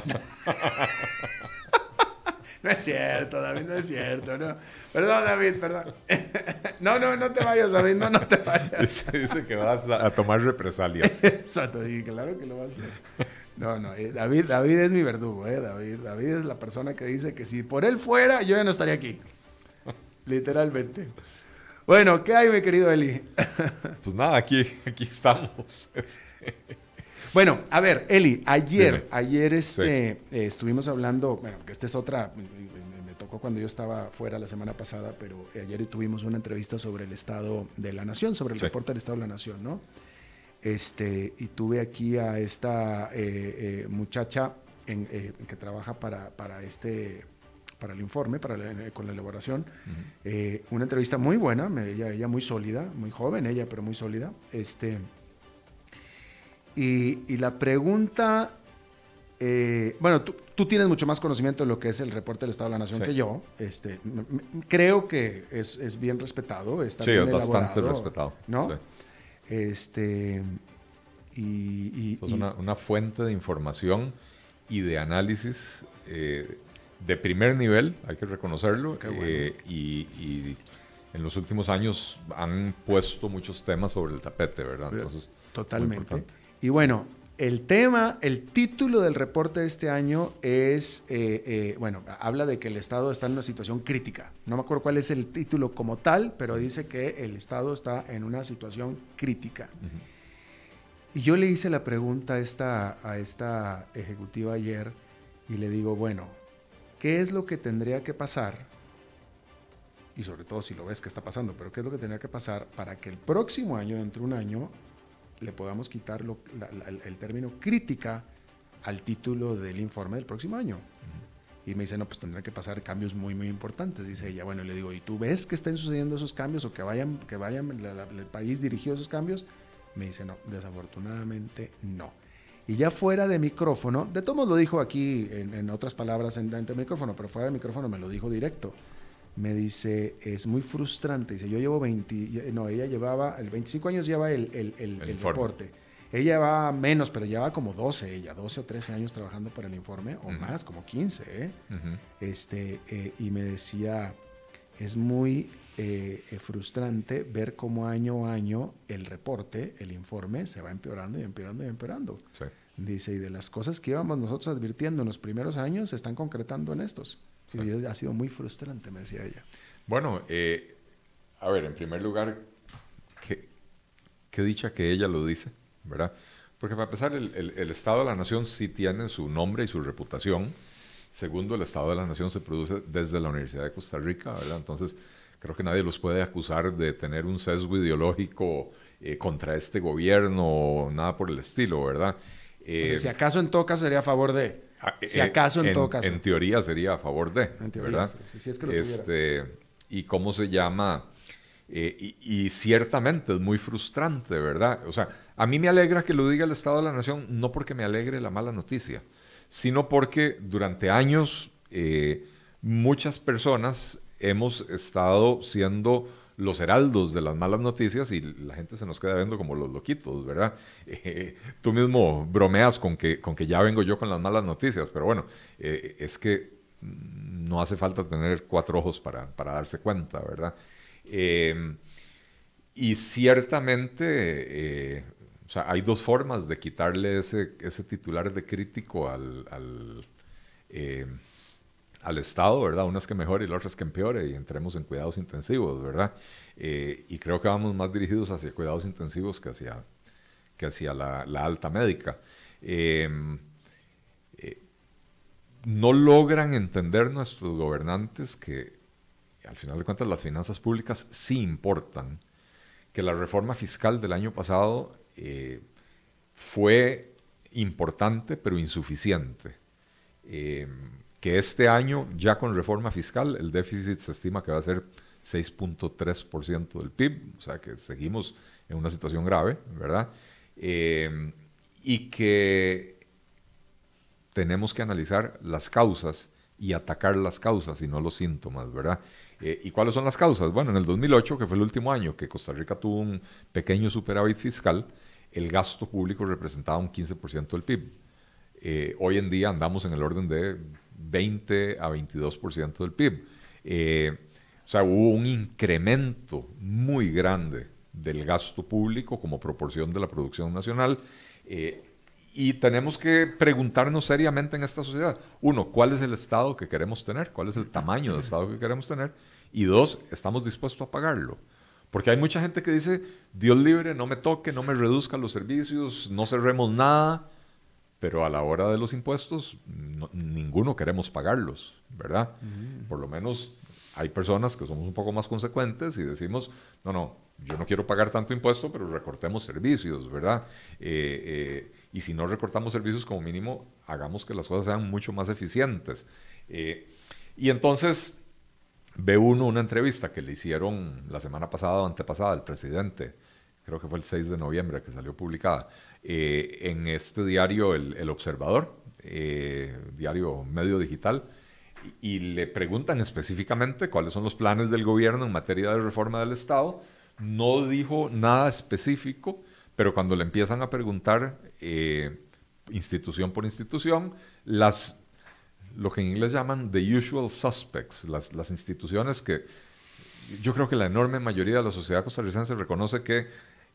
Speaker 2: No es cierto, David, no es cierto, no. Perdón, David, perdón. No, no, no te vayas, David, no, no te vayas.
Speaker 3: Dice, dice que vas a, a tomar represalias.
Speaker 2: Exacto, y claro que lo vas a hacer. No, no, eh, David, David es mi verdugo, eh, David. David es la persona que dice que si por él fuera, yo ya no estaría aquí. Literalmente. Bueno, ¿qué hay, mi querido Eli?
Speaker 3: Pues nada, aquí, aquí estamos.
Speaker 2: Bueno, a ver, Eli, ayer, Dime. ayer este, sí. eh, estuvimos hablando, bueno, que esta es otra, me, me tocó cuando yo estaba fuera la semana pasada, pero ayer tuvimos una entrevista sobre el Estado de la Nación, sobre el sí. reporte del Estado de la Nación, ¿no? Este, y tuve aquí a esta eh, eh, muchacha en, eh, que trabaja para, para este, para el informe, para la, con la elaboración, uh-huh. eh, una entrevista muy buena, ella, ella muy sólida, muy joven ella, pero muy sólida, este... Y, y la pregunta, eh, bueno, tú, tú tienes mucho más conocimiento de lo que es el reporte del Estado de la Nación sí. que yo. Este, m- m- creo que es, es bien respetado, está
Speaker 3: sí,
Speaker 2: bien
Speaker 3: es
Speaker 2: elaborado.
Speaker 3: bastante respetado.
Speaker 2: ¿No?
Speaker 3: Sí.
Speaker 2: Este, y, y,
Speaker 3: es
Speaker 2: y,
Speaker 3: una, una fuente de información y de análisis eh, de primer nivel, hay que reconocerlo.
Speaker 2: Qué bueno.
Speaker 3: eh, y, y en los últimos años han puesto muchos temas sobre el tapete, ¿verdad? Entonces,
Speaker 2: totalmente. Y bueno, el tema, el título del reporte de este año es, eh, eh, bueno, habla de que el Estado está en una situación crítica. No me acuerdo cuál es el título como tal, pero dice que el Estado está en una situación crítica. Uh-huh. Y yo le hice la pregunta a esta, a esta ejecutiva ayer y le digo, bueno, ¿qué es lo que tendría que pasar y sobre todo si lo ves que está pasando, pero qué es lo que tenía que pasar para que el próximo año, dentro de un año, le podamos quitar lo, la, la, el término crítica al título del informe del próximo año. Uh-huh. Y me dice, no, pues tendrán que pasar cambios muy, muy importantes, dice ella. Bueno, le digo, ¿y tú ves que estén sucediendo esos cambios o que vayan, que vayan la, la, el país dirigido a esos cambios? Me dice, no, desafortunadamente no. Y ya fuera de micrófono, de todos lo dijo aquí en, en otras palabras en, dentro del micrófono, pero fuera de micrófono me lo dijo directo. Me dice, es muy frustrante. Dice, yo llevo veinte, no, ella llevaba, el veinticinco años lleva el, el, el, el, el reporte. Ella va menos, pero lleva como doce, ella, doce o trece años trabajando para el informe, o uh-huh. más, como quince, ¿eh? Uh-huh. Este, eh, y me decía, es muy eh, eh, frustrante ver cómo año a año el reporte, el informe, se va empeorando y empeorando y empeorando. Sí. Dice, y de las cosas que íbamos nosotros advirtiendo en los primeros años, se están concretando en estos. Sí. Y ha sido muy frustrante, me decía ella.
Speaker 3: Bueno, eh, a ver, en primer lugar, qué, qué dicha que ella lo dice, ¿verdad? Porque para empezar, el, el, el Estado de la Nación sí tiene su nombre y su reputación. Segundo, el Estado de la Nación se produce desde la Universidad de Costa Rica, ¿verdad? Entonces, creo que nadie los puede acusar de tener un sesgo ideológico eh, contra este gobierno o nada por el estilo, ¿verdad?
Speaker 2: Eh, o sea, si acaso en todo caso sería a favor de... Si acaso en,
Speaker 3: en
Speaker 2: todo caso.
Speaker 3: En teoría sería a favor de,
Speaker 2: en teoría,
Speaker 3: ¿verdad?
Speaker 2: Sí, sí, es que lo
Speaker 3: este, ¿y cómo se llama? Eh, y, y ciertamente es muy frustrante, ¿verdad? O sea, a mí me alegra que lo diga el Estado de la Nación, no porque me alegre la mala noticia, sino porque durante años eh, muchas personas hemos estado siendo los heraldos de las malas noticias y la gente se nos queda viendo como los loquitos, ¿verdad? Eh, tú mismo bromeas con que, con que ya vengo yo con las malas noticias, pero bueno, eh, es que no hace falta tener cuatro ojos para, para darse cuenta, ¿verdad? Eh, y ciertamente, eh, o sea, hay dos formas de quitarle ese, ese titular de crítico al... al eh, al Estado, ¿verdad? Una es que mejore y la otra es que empeore y entremos en cuidados intensivos, ¿verdad? Eh, y creo que vamos más dirigidos hacia cuidados intensivos que hacia, que hacia la, la alta médica. Eh, eh, no logran entender nuestros gobernantes que, al final de cuentas, las finanzas públicas sí importan, que la reforma fiscal del año pasado eh, fue importante pero insuficiente. Eh, que este año, ya con reforma fiscal, el déficit se estima que va a ser seis punto tres por ciento del P I B, o sea que seguimos en una situación grave, ¿verdad? Eh, y que tenemos que analizar las causas y atacar las causas y no los síntomas, ¿verdad? Eh, ¿Y cuáles son las causas? Bueno, en el dos mil ocho, que fue el último año que Costa Rica tuvo un pequeño superávit fiscal, el gasto público representaba un quince por ciento del P I B. Eh, hoy en día andamos en el orden de veinte a veintidós por ciento del P I B. Eh, o sea, hubo un incremento muy grande del gasto público como proporción de la producción nacional eh, y tenemos que preguntarnos seriamente en esta sociedad, uno, ¿cuál es el Estado que queremos tener? ¿Cuál es el tamaño del Estado que queremos tener? Y dos, ¿estamos dispuestos a pagarlo? Porque hay mucha gente que dice, Dios libre, no me toque, no me reduzca los servicios, no cerremos nada. Pero a la hora de los impuestos, no, ninguno queremos pagarlos, ¿verdad? Mm. Por lo menos hay personas que somos un poco más consecuentes y decimos, no, no, yo no quiero pagar tanto impuesto, pero recortemos servicios, ¿verdad? Eh, eh, y si no recortamos servicios, como mínimo, hagamos que las cosas sean mucho más eficientes. Eh, y entonces ve uno una entrevista que le hicieron la semana pasada o antepasada al presidente, creo que fue el seis de noviembre que salió publicada, eh, en este diario El, el Observador, eh, diario medio digital, y, y le preguntan específicamente cuáles son los planes del gobierno en materia de reforma del Estado. No dijo nada específico, pero cuando le empiezan a preguntar eh, institución por institución, las, lo que en inglés llaman the usual suspects, las, las instituciones que yo creo que la enorme mayoría de la sociedad costarricense reconoce que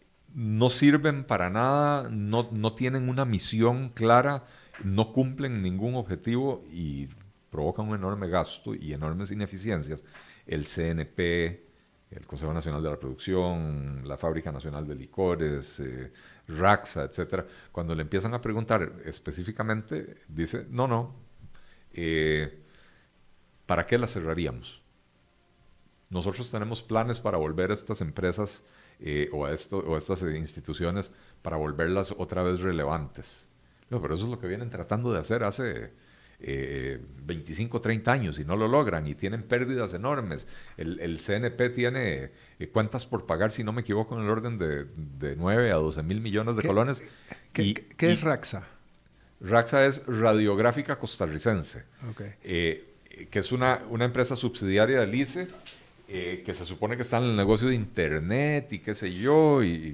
Speaker 3: no sirven para nada, no, no tienen una misión clara, no cumplen ningún objetivo y provocan un enorme gasto y enormes ineficiencias. El C N P, el Consejo Nacional de la Producción, la Fábrica Nacional de Licores, eh, RAXA, etcétera. Cuando le empiezan a preguntar específicamente, dice, no, no, eh, ¿para qué la cerraríamos? nosotros tenemos planes para volver a estas empresas eh, o, a esto, o a estas instituciones para volverlas otra vez relevantes. No, pero eso es lo que vienen tratando de hacer hace eh, veinticinco, treinta años y no lo logran y tienen pérdidas enormes. El, el C N P tiene eh, cuentas por pagar, si no me equivoco, en el orden de, de nueve a doce mil millones de
Speaker 2: ¿Qué,
Speaker 3: colones.
Speaker 2: ¿Qué,
Speaker 3: y,
Speaker 2: ¿qué
Speaker 3: y,
Speaker 2: es RACSA?
Speaker 3: RACSA es Radiográfica Costarricense,
Speaker 2: okay.
Speaker 3: eh, que es una, una empresa subsidiaria del I C E, eh, que se supone que está en el negocio de internet y qué sé yo, y...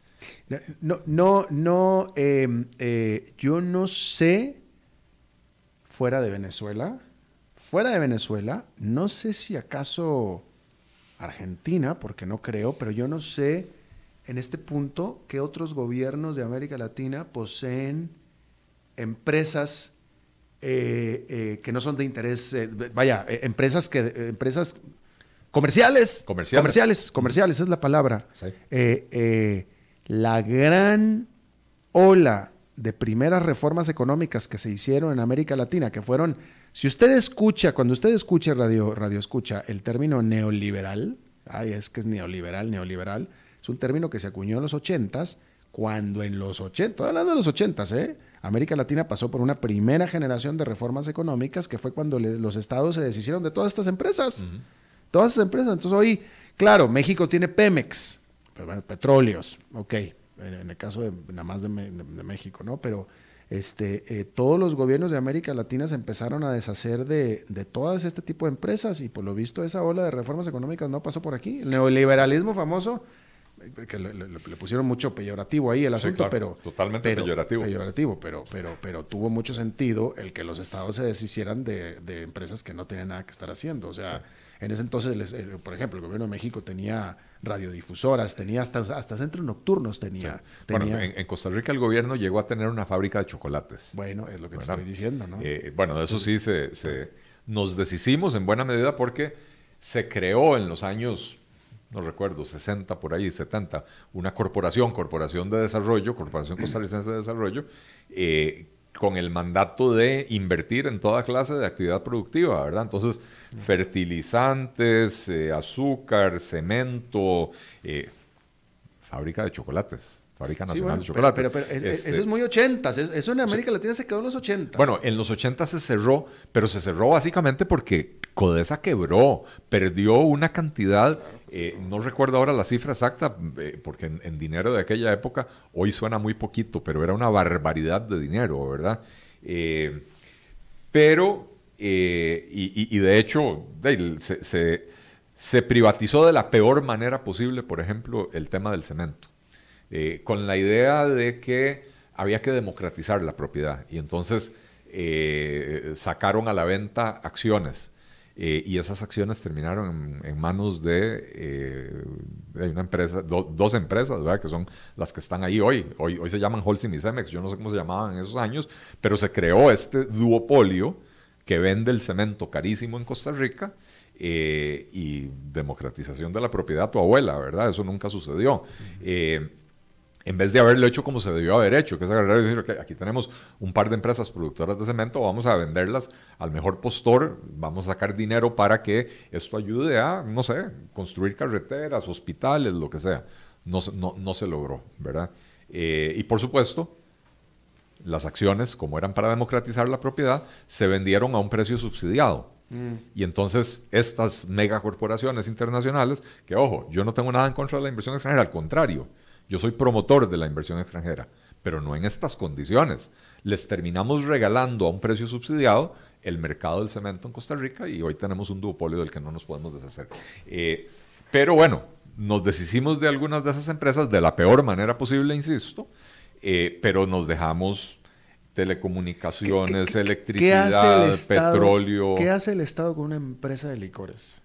Speaker 2: No, no, no, eh, eh, yo no sé, fuera de Venezuela, fuera de Venezuela, no sé si acaso Argentina, porque no creo, pero yo no sé en este punto qué otros gobiernos de América Latina poseen empresas eh, eh, que no son de interés, eh, vaya, eh, empresas que, eh, empresas comerciales,
Speaker 3: comerciales,
Speaker 2: comerciales, comerciales es la palabra.
Speaker 3: Sí.
Speaker 2: Eh, eh, La gran ola de primeras reformas económicas que se hicieron en América Latina, que fueron, si usted escucha, cuando usted escuche radio, radio escucha el término neoliberal, ay, es que es neoliberal, neoliberal, es un término que se acuñó en los ochentas, cuando en los ochentas, estoy hablando de los ochentas, ¿eh? América Latina pasó por una primera generación de reformas económicas, que fue cuando le, los estados se deshicieron de todas estas empresas, uh-huh. todas estas empresas. Entonces hoy, claro, México tiene Pemex, petróleos, ok, en el caso de nada más de, de, de México, ¿no? Pero este, eh, todos los gobiernos de América Latina se empezaron a deshacer de, de todas este tipo de empresas y por lo visto esa ola de reformas económicas no pasó por aquí. El neoliberalismo famoso, que le, le, le pusieron mucho peyorativo ahí el asunto,
Speaker 3: sí, claro,
Speaker 2: pero...
Speaker 3: totalmente
Speaker 2: pero,
Speaker 3: peyorativo.
Speaker 2: Peyorativo, pero, pero, pero tuvo mucho sentido el que los estados se deshicieran de, de empresas que no tenían nada que estar haciendo, o sea... Sí. En ese entonces, les, eh, por ejemplo, el gobierno de México tenía radiodifusoras, tenía hasta, hasta centros nocturnos tenía.
Speaker 3: Sí.
Speaker 2: tenía...
Speaker 3: Bueno, en, en Costa Rica el gobierno llegó a tener una fábrica de chocolates.
Speaker 2: Bueno, es lo que
Speaker 3: ¿verdad?
Speaker 2: te estoy diciendo, ¿no?
Speaker 3: Eh, bueno, de eso sí se, se nos deshicimos en buena medida porque se creó en los años, no recuerdo, sesenta por ahí, setenta, una corporación, Corporación de Desarrollo, Corporación Costarricense de Desarrollo, eh, con el mandato de invertir en toda clase de actividad productiva, ¿verdad? Entonces, fertilizantes, eh, azúcar, cemento, eh, fábrica de chocolates, fábrica nacional sí, bueno, de chocolates.
Speaker 2: Pero, pero, pero este, eso es muy ochentas, eso en América sí. Latina se quedó en los ochentas.
Speaker 3: Bueno, en los ochentas se cerró, pero se cerró básicamente porque Codesa quebró, perdió una cantidad, eh, no recuerdo ahora la cifra exacta, eh, porque en, en dinero de aquella época, hoy suena muy poquito, pero era una barbaridad de dinero, ¿verdad? Eh, pero... Eh, y, y, y de hecho se, se, se privatizó de la peor manera posible, por ejemplo, el tema del cemento, eh, con la idea de que había que democratizar la propiedad y entonces eh, sacaron a la venta acciones eh, y esas acciones terminaron en, en manos de, eh, de una empresa, do, dos empresas, ¿verdad? Que son las que están ahí hoy. hoy. Hoy se llaman Holcim y Cemex, yo no sé cómo se llamaban en esos años, pero se creó este duopolio que vende el cemento carísimo en Costa Rica eh, y democratización de la propiedad a tu abuela, ¿verdad? Eso nunca sucedió. Eh, en vez de haberlo hecho como se debió haber hecho, que es agarrar y decir, okay, aquí tenemos un par de empresas productoras de cemento, vamos a venderlas al mejor postor, vamos a sacar dinero para que esto ayude a, no sé, construir carreteras, hospitales, lo que sea. No, no, no se logró, ¿verdad? Eh, y por supuesto... las acciones, como eran para democratizar la propiedad, se vendieron a un precio subsidiado. Mm. Y entonces estas megacorporaciones internacionales, que ojo, yo no tengo nada en contra de la inversión extranjera, al contrario, yo soy promotor de la inversión extranjera, pero no en estas condiciones. Les terminamos regalando a un precio subsidiado el mercado del cemento en Costa Rica y hoy tenemos un duopolio del que no nos podemos deshacer. Eh, pero bueno, nos deshicimos de algunas de esas empresas de la peor manera posible, insisto, Eh, pero nos dejamos telecomunicaciones,
Speaker 2: ¿Qué, qué,
Speaker 3: electricidad,
Speaker 2: ¿qué hace el Estado,
Speaker 3: petróleo.
Speaker 2: ¿Qué hace el Estado con una empresa de licores?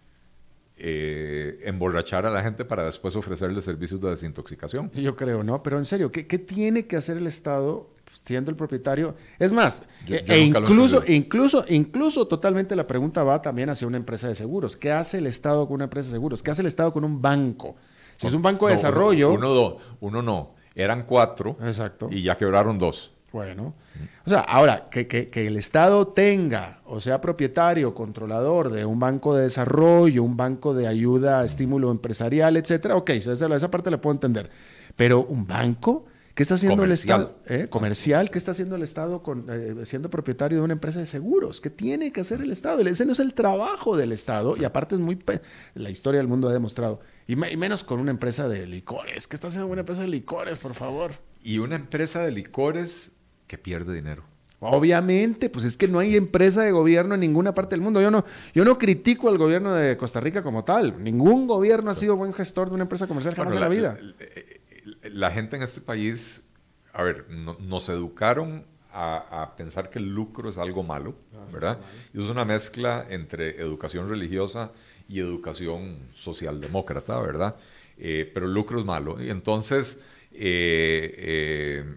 Speaker 3: Eh, emborrachar a la gente para después ofrecerles servicios de desintoxicación.
Speaker 2: Yo creo, ¿no? Pero en serio, ¿qué, qué tiene que hacer el Estado pues, siendo el propietario? Es más, yo, yo e incluso, incluso, incluso totalmente la pregunta va también hacia una empresa de seguros. ¿Qué hace el Estado con una empresa de seguros? ¿Qué hace el Estado con un banco? Si no, es un banco de no, desarrollo...
Speaker 3: Uno, uno, uno no. Eran cuatro.
Speaker 2: Exacto.
Speaker 3: Y ya quebraron dos.
Speaker 2: Bueno, o sea, ahora, que, que, que el Estado tenga, o sea, propietario, controlador de un banco de desarrollo, un banco de ayuda, estímulo empresarial, etcétera, ok, esa, esa parte la puedo entender. Pero un banco, ¿qué está haciendo
Speaker 3: comercial.
Speaker 2: el Estado? ¿Eh? Comercial, ¿qué está haciendo el Estado con, eh, siendo propietario de una empresa de seguros? ¿Qué tiene que hacer el Estado? Ese no es el trabajo del Estado, y aparte es muy... Pe- la historia del mundo ha demostrado, y, me, y menos con una empresa de licores. ¿Qué está haciendo una empresa de licores, por favor?
Speaker 3: Y una empresa de licores que pierde dinero.
Speaker 2: Obviamente, pues es que no hay empresa de gobierno en ninguna parte del mundo. Yo no, yo no critico al gobierno de Costa Rica como tal. Ningún gobierno ha sido buen gestor de una empresa comercial jamás
Speaker 3: Bueno,
Speaker 2: en la,
Speaker 3: la
Speaker 2: vida.
Speaker 3: La, la gente en este país, a ver, no, nos educaron a, a pensar que el lucro es algo malo, no, ¿verdad? No es, es una mezcla entre educación religiosa y educación socialdemócrata, ¿verdad? Eh, pero el lucro es malo. Y entonces... Eh, eh,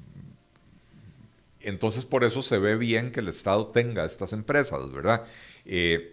Speaker 3: entonces por eso se ve bien que el Estado tenga estas empresas, ¿verdad? Eh,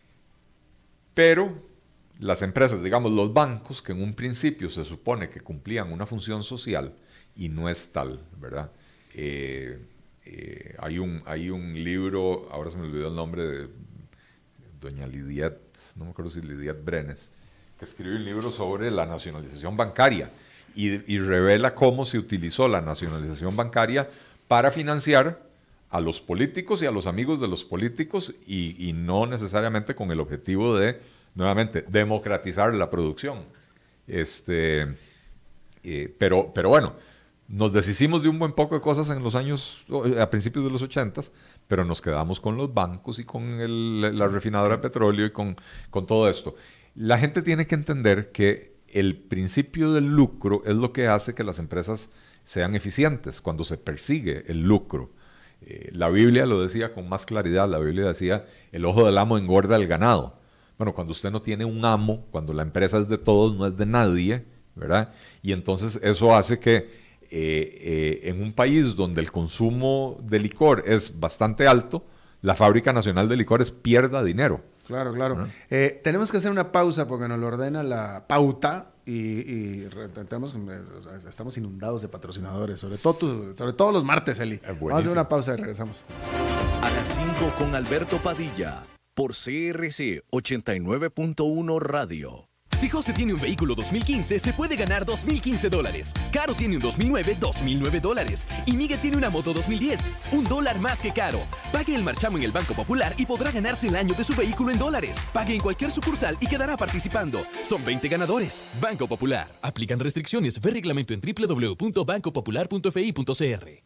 Speaker 3: pero las empresas, digamos los bancos, que en un principio se supone que cumplían una función social y no es tal, ¿verdad? Eh, eh, hay, un, hay un libro, ahora se me olvidó el nombre de doña Lidiet, no me acuerdo si Lidiet Brenes, que escribe un libro sobre la nacionalización bancaria. Y, y revela cómo se utilizó la nacionalización bancaria para financiar a los políticos y a los amigos de los políticos y, y no necesariamente con el objetivo de, nuevamente, democratizar la producción. Este, eh, pero, pero bueno, nos deshicimos de un buen poco de cosas en los años, a principios de los ochentas, pero nos quedamos con los bancos y con el, la refinadora de petróleo y con, con todo esto. La gente tiene que entender que el principio del lucro es lo que hace que las empresas sean eficientes, cuando se persigue el lucro. Eh, la Biblia lo decía con más claridad, la Biblia decía, el ojo del amo engorda el ganado. Bueno, cuando usted no tiene un amo, cuando la empresa es de todos, no es de nadie, ¿verdad? Y entonces eso hace que eh, eh, en un país donde el consumo de licor es bastante alto, la Fábrica Nacional de Licores pierda dinero.
Speaker 2: Claro, claro.
Speaker 3: ¿No?
Speaker 2: Eh, tenemos que hacer una pausa porque nos lo ordena la pauta y, y tenemos, estamos inundados de patrocinadores, sobre todo, tu, sobre todo los martes, Eli. Vamos a hacer una pausa y regresamos.
Speaker 1: A las cinco con Alberto Padilla, por C R C ochenta y nueve punto uno Radio.
Speaker 11: Si José tiene un vehículo dos mil quince, se puede ganar dos mil quince dólares. Caro tiene un dos mil nueve, dos mil nueve dólares. Y Miguel tiene una moto dos mil diez, un dólar más que Caro. Pague el marchamo en el Banco Popular y podrá ganarse el año de su vehículo en dólares. Pague en cualquier sucursal y quedará participando. Son veinte ganadores. Banco Popular. Aplican restricciones. Ve reglamento en doble u doble u doble u punto banco popular punto f i punto c r.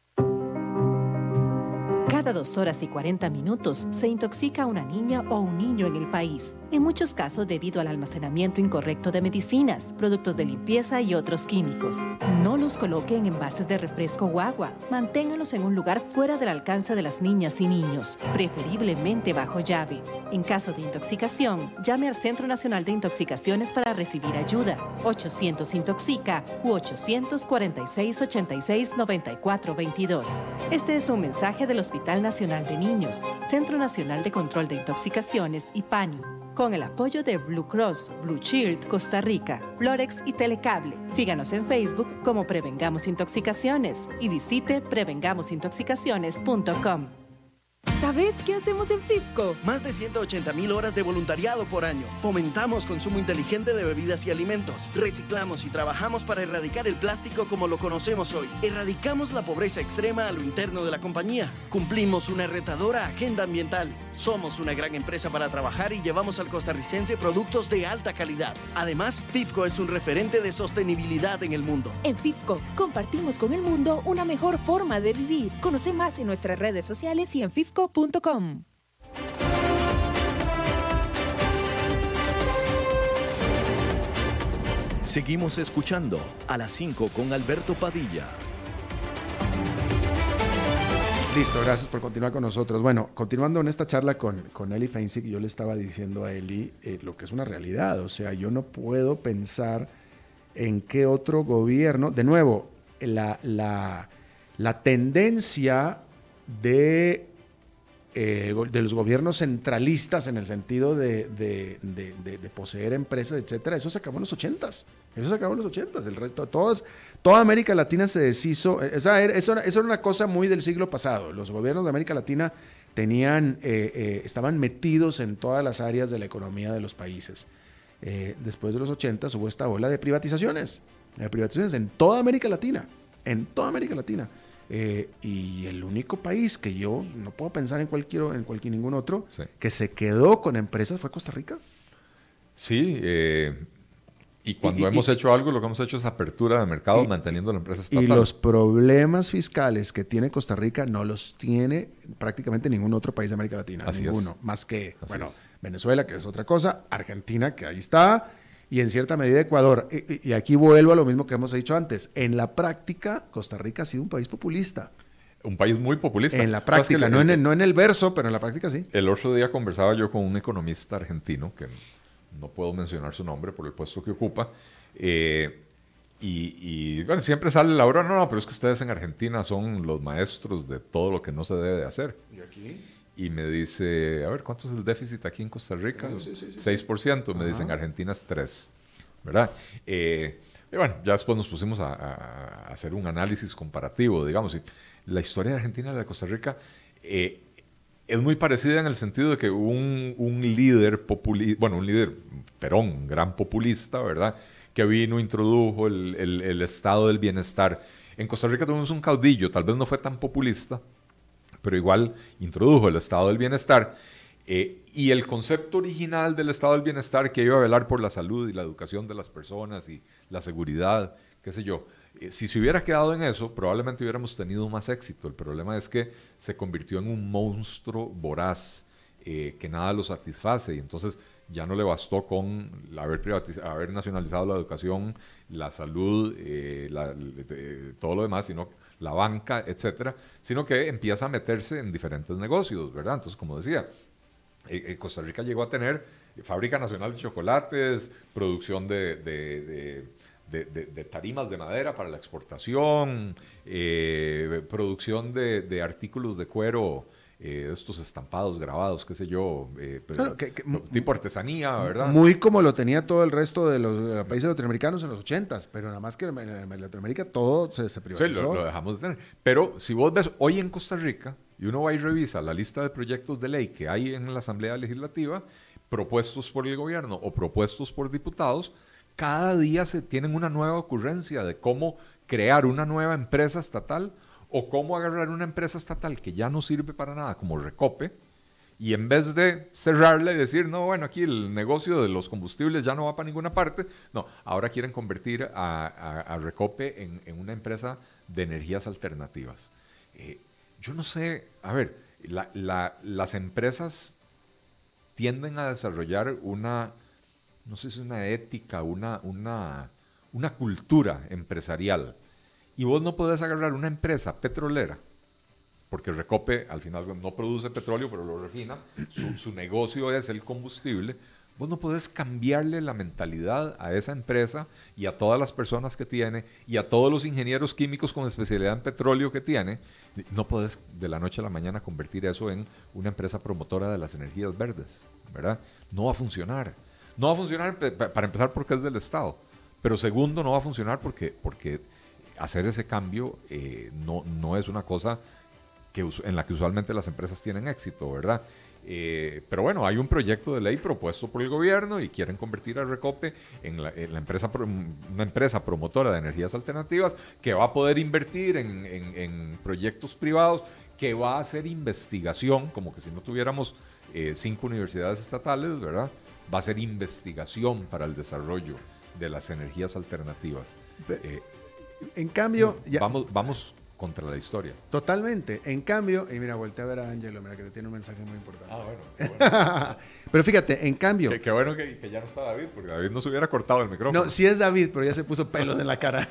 Speaker 12: Cada dos horas y cuarenta minutos se intoxica una niña o un niño en el país, en muchos casos debido al almacenamiento incorrecto de medicinas, productos de limpieza y otros químicos. No los coloque en envases de refresco o agua. Manténgalos en un lugar fuera del alcance de las niñas y niños, preferiblemente bajo llave. En caso de intoxicación, llame al Centro Nacional de Intoxicaciones para recibir ayuda. ochocientos intoxica u ochocientos cuarenta y seis, ochenta y seis, noventa y cuatro veintidós. Este es un mensaje del Hospital Nacional de Niños, Centro Nacional de Control de Intoxicaciones y PANI, con el apoyo de Blue Cross, Blue Shield, Costa Rica, Florex y Telecable. Síganos en Facebook como Prevengamos Intoxicaciones y visite prevengamos intoxicaciones punto com.
Speaker 4: ¿Sabes qué hacemos en FIFCO?
Speaker 5: Más de ciento ochenta mil horas de voluntariado por año. Fomentamos consumo inteligente de bebidas y alimentos. Reciclamos y trabajamos para erradicar el plástico como lo conocemos hoy. Erradicamos la pobreza extrema a lo interno de la compañía. Cumplimos una retadora agenda ambiental. Somos una gran empresa para trabajar y llevamos al costarricense productos de alta calidad. Además, FIFCO es un referente de sostenibilidad en el mundo.
Speaker 4: En FIFCO compartimos con el mundo una mejor forma de vivir. Conoce más en nuestras redes sociales y en fifco punto com.
Speaker 1: Seguimos escuchando a las cinco con Alberto Padilla.
Speaker 2: Listo, gracias por continuar con nosotros. Bueno, continuando en esta charla con, con Eli Feinzig, yo le estaba diciendo a Eli eh, lo que es una realidad. O sea, yo no puedo pensar en qué otro gobierno... De nuevo, la, la, la tendencia de eh, de los gobiernos centralistas en el sentido de, de, de, de, de poseer empresas, etcétera, eso se acabó en los ochentas. Eso se acabó en los ochentas. El resto, todas, toda América Latina se deshizo. O sea, eso, eso era una cosa muy del siglo pasado. Los gobiernos de América Latina tenían, eh, eh, estaban metidos en todas las áreas de la economía de los países. Eh, después de los ochentas hubo esta ola de privatizaciones, de privatizaciones en toda América Latina, en toda América Latina. Eh, y el único país que yo no puedo pensar en cualquier, en cualquier ningún otro, sí, que se quedó con empresas fue Costa Rica.
Speaker 3: Sí, eh, y cuando
Speaker 2: y,
Speaker 3: hemos
Speaker 2: y,
Speaker 3: hecho algo, lo que hemos hecho es apertura de mercado
Speaker 2: y,
Speaker 3: manteniendo la empresa estatal.
Speaker 2: Y los problemas fiscales que tiene Costa Rica no los tiene prácticamente ningún otro país de América Latina. Así ninguno. Es. Más que, Así bueno, es. Venezuela, que es otra cosa, Argentina, que ahí está, y en cierta medida Ecuador. Y, y aquí vuelvo a lo mismo que hemos dicho antes. En la práctica, Costa Rica ha sido un país populista.
Speaker 3: Un país muy populista.
Speaker 2: En la práctica, no, el, en el, no en el verso, pero en la práctica sí.
Speaker 3: El otro día conversaba yo con un economista argentino, que no puedo mencionar su nombre por el puesto que ocupa, eh, y, y bueno, siempre sale la hora, no, no, pero es que ustedes en Argentina son los maestros de todo lo que no se debe de hacer.
Speaker 2: ¿Y aquí?
Speaker 3: Y me dice, a ver, ¿cuánto es el déficit aquí en Costa Rica?
Speaker 2: Sí, sí, sí,
Speaker 3: seis por ciento,
Speaker 2: sí.
Speaker 3: Me dicen, Argentina es tres por ciento, ¿verdad? Eh, y bueno, ya después nos pusimos a, a, a hacer un análisis comparativo, digamos, y la historia de Argentina y la de Costa Rica eh, es muy parecida en el sentido de que un, un líder populista, bueno, un líder, Perón, un gran populista, ¿verdad?, que vino, introdujo el, el, el estado del bienestar. En Costa Rica tuvimos un caudillo, tal vez no fue tan populista, pero igual introdujo el estado del bienestar. Eh, y el concepto original del estado del bienestar, que iba a velar por la salud y la educación de las personas y la seguridad, qué sé yo, eh, si se hubiera quedado en eso, probablemente hubiéramos tenido más éxito. El problema es que se convirtió en un monstruo voraz eh, que nada lo satisface, y entonces ya no le bastó con haber, haber nacionalizado la educación, la salud, eh, la, eh, todo lo demás, sino la banca, etcétera, sino que empieza a meterse en diferentes negocios, ¿verdad? Entonces, como decía, eh, Costa Rica llegó a tener Fábrica Nacional de Chocolates, producción de, de, de, de, de, de tarimas de madera para la exportación, eh, producción de, de artículos de cuero, eh, estos estampados, grabados, qué sé yo, eh,
Speaker 2: claro, que, que,
Speaker 3: tipo artesanía, ¿verdad?
Speaker 2: Muy como lo tenía todo el resto de los de países latinoamericanos en los ochentas, pero nada más que en, en Latinoamérica todo se, se privatizó.
Speaker 3: Sí, lo, lo dejamos de tener. Pero si vos ves hoy en Costa Rica, y uno va y revisa la lista de proyectos de ley que hay en la Asamblea Legislativa, propuestos por el gobierno o propuestos por diputados, cada día se tienen una nueva ocurrencia de cómo crear una nueva empresa estatal, o cómo agarrar una empresa estatal que ya no sirve para nada, como Recope, y en vez de cerrarla y decir, no, bueno, aquí el negocio de los combustibles ya no va para ninguna parte, no, ahora quieren convertir a, a, a Recope en, en una empresa de energías alternativas. Eh, yo no sé, a ver, la, la, las empresas tienden a desarrollar una, no sé si es una ética, una, una, una cultura empresarial. Y vos no podés agarrar una empresa petrolera, porque Recope al final no produce petróleo, pero lo refina, su, su negocio es el combustible. Vos no podés cambiarle la mentalidad a esa empresa y a todas las personas que tiene y a todos los ingenieros químicos con especialidad en petróleo que tiene. No podés de la noche a la mañana convertir eso en una empresa promotora de las energías verdes, ¿verdad? No va a funcionar. No va a funcionar para empezar porque es del Estado, pero segundo no va a funcionar porque... porque hacer ese cambio eh, no, no es una cosa que, en la que usualmente las empresas tienen éxito, ¿verdad? Eh, pero bueno, hay un proyecto de ley propuesto por el gobierno y quieren convertir a Recope en, la, en la empresa, una empresa promotora de energías alternativas que va a poder invertir en, en, en proyectos privados, que va a hacer investigación, como que si no tuviéramos eh, cinco universidades estatales, ¿verdad? Va a hacer investigación para el desarrollo de las energías alternativas. Eh,
Speaker 2: En cambio...
Speaker 3: Ya, vamos, vamos contra la historia.
Speaker 2: Totalmente. En cambio... Y mira, voltea a ver a Ángelo, mira que te tiene un mensaje muy importante.
Speaker 3: Ah, bueno. bueno.
Speaker 2: Pero fíjate, en cambio...
Speaker 3: Qué, qué bueno que, que ya no está David, porque David no se hubiera cortado el micrófono.
Speaker 2: No, sí es David, pero ya se puso pelos en la cara.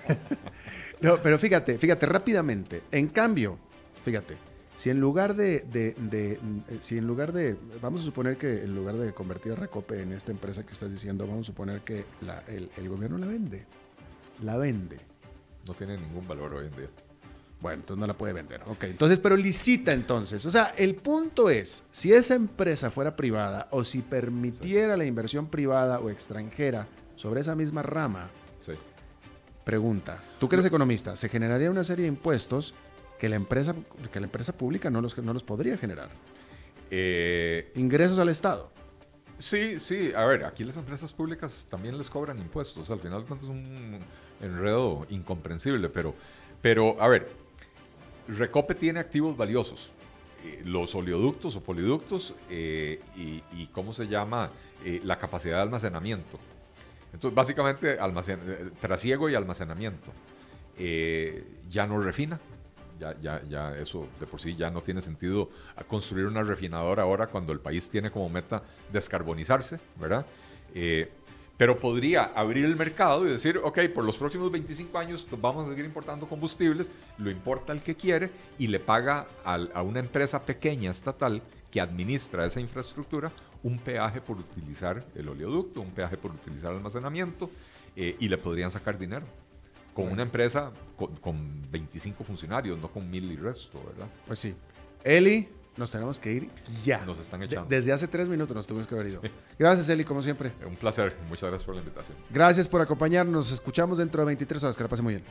Speaker 2: No, pero fíjate, fíjate, rápidamente. En cambio, fíjate, si en lugar de, de, de... Si en lugar de... Vamos a suponer que en lugar de convertir a Recope en esta empresa que estás diciendo, vamos a suponer que la, el, el gobierno la vende. La vende.
Speaker 3: No tiene ningún valor hoy en día.
Speaker 2: Bueno, entonces no la puede vender. Ok, entonces, pero licita entonces. O sea, el punto es, si esa empresa fuera privada o si permitiera sí. la inversión privada o extranjera sobre esa misma rama,
Speaker 3: sí.
Speaker 2: pregunta, tú que eres economista, ¿se generaría una serie de impuestos que la empresa, que la empresa pública no los, no los podría generar?
Speaker 3: Eh,
Speaker 2: Ingresos al Estado.
Speaker 3: Sí, sí. A ver, aquí las empresas públicas también les cobran impuestos. Al final de cuentas es un enredo incomprensible, pero, pero a ver, Recope tiene activos valiosos. Eh, los oleoductos o poliductos eh, y, y, ¿cómo se llama? Eh, la capacidad de almacenamiento. Entonces, básicamente, almacen trasiego y almacenamiento. Eh, ya no refina. Ya, ya, ya eso de por sí ya no tiene sentido construir una refinadora ahora cuando el país tiene como meta descarbonizarse, ¿verdad? Eh, pero podría abrir el mercado y decir, ok, por los próximos veinticinco años pues vamos a seguir importando combustibles, lo importa el que quiere y le paga al, a una empresa pequeña estatal que administra esa infraestructura un peaje por utilizar el oleoducto, un peaje por utilizar el almacenamiento eh, y le podrían sacar dinero. Con bueno. una empresa con, con veinticinco funcionarios, no con mil y resto, ¿verdad?
Speaker 2: Pues sí. Eli, nos tenemos que ir ya.
Speaker 3: Nos están echando.
Speaker 2: De, desde hace tres minutos nos tuvimos que haber ido. Sí. Gracias, Eli, como siempre.
Speaker 3: Un placer. Muchas gracias por la invitación.
Speaker 2: Gracias por acompañarnos. Nos escuchamos dentro de veintitrés horas. Que la pase muy bien.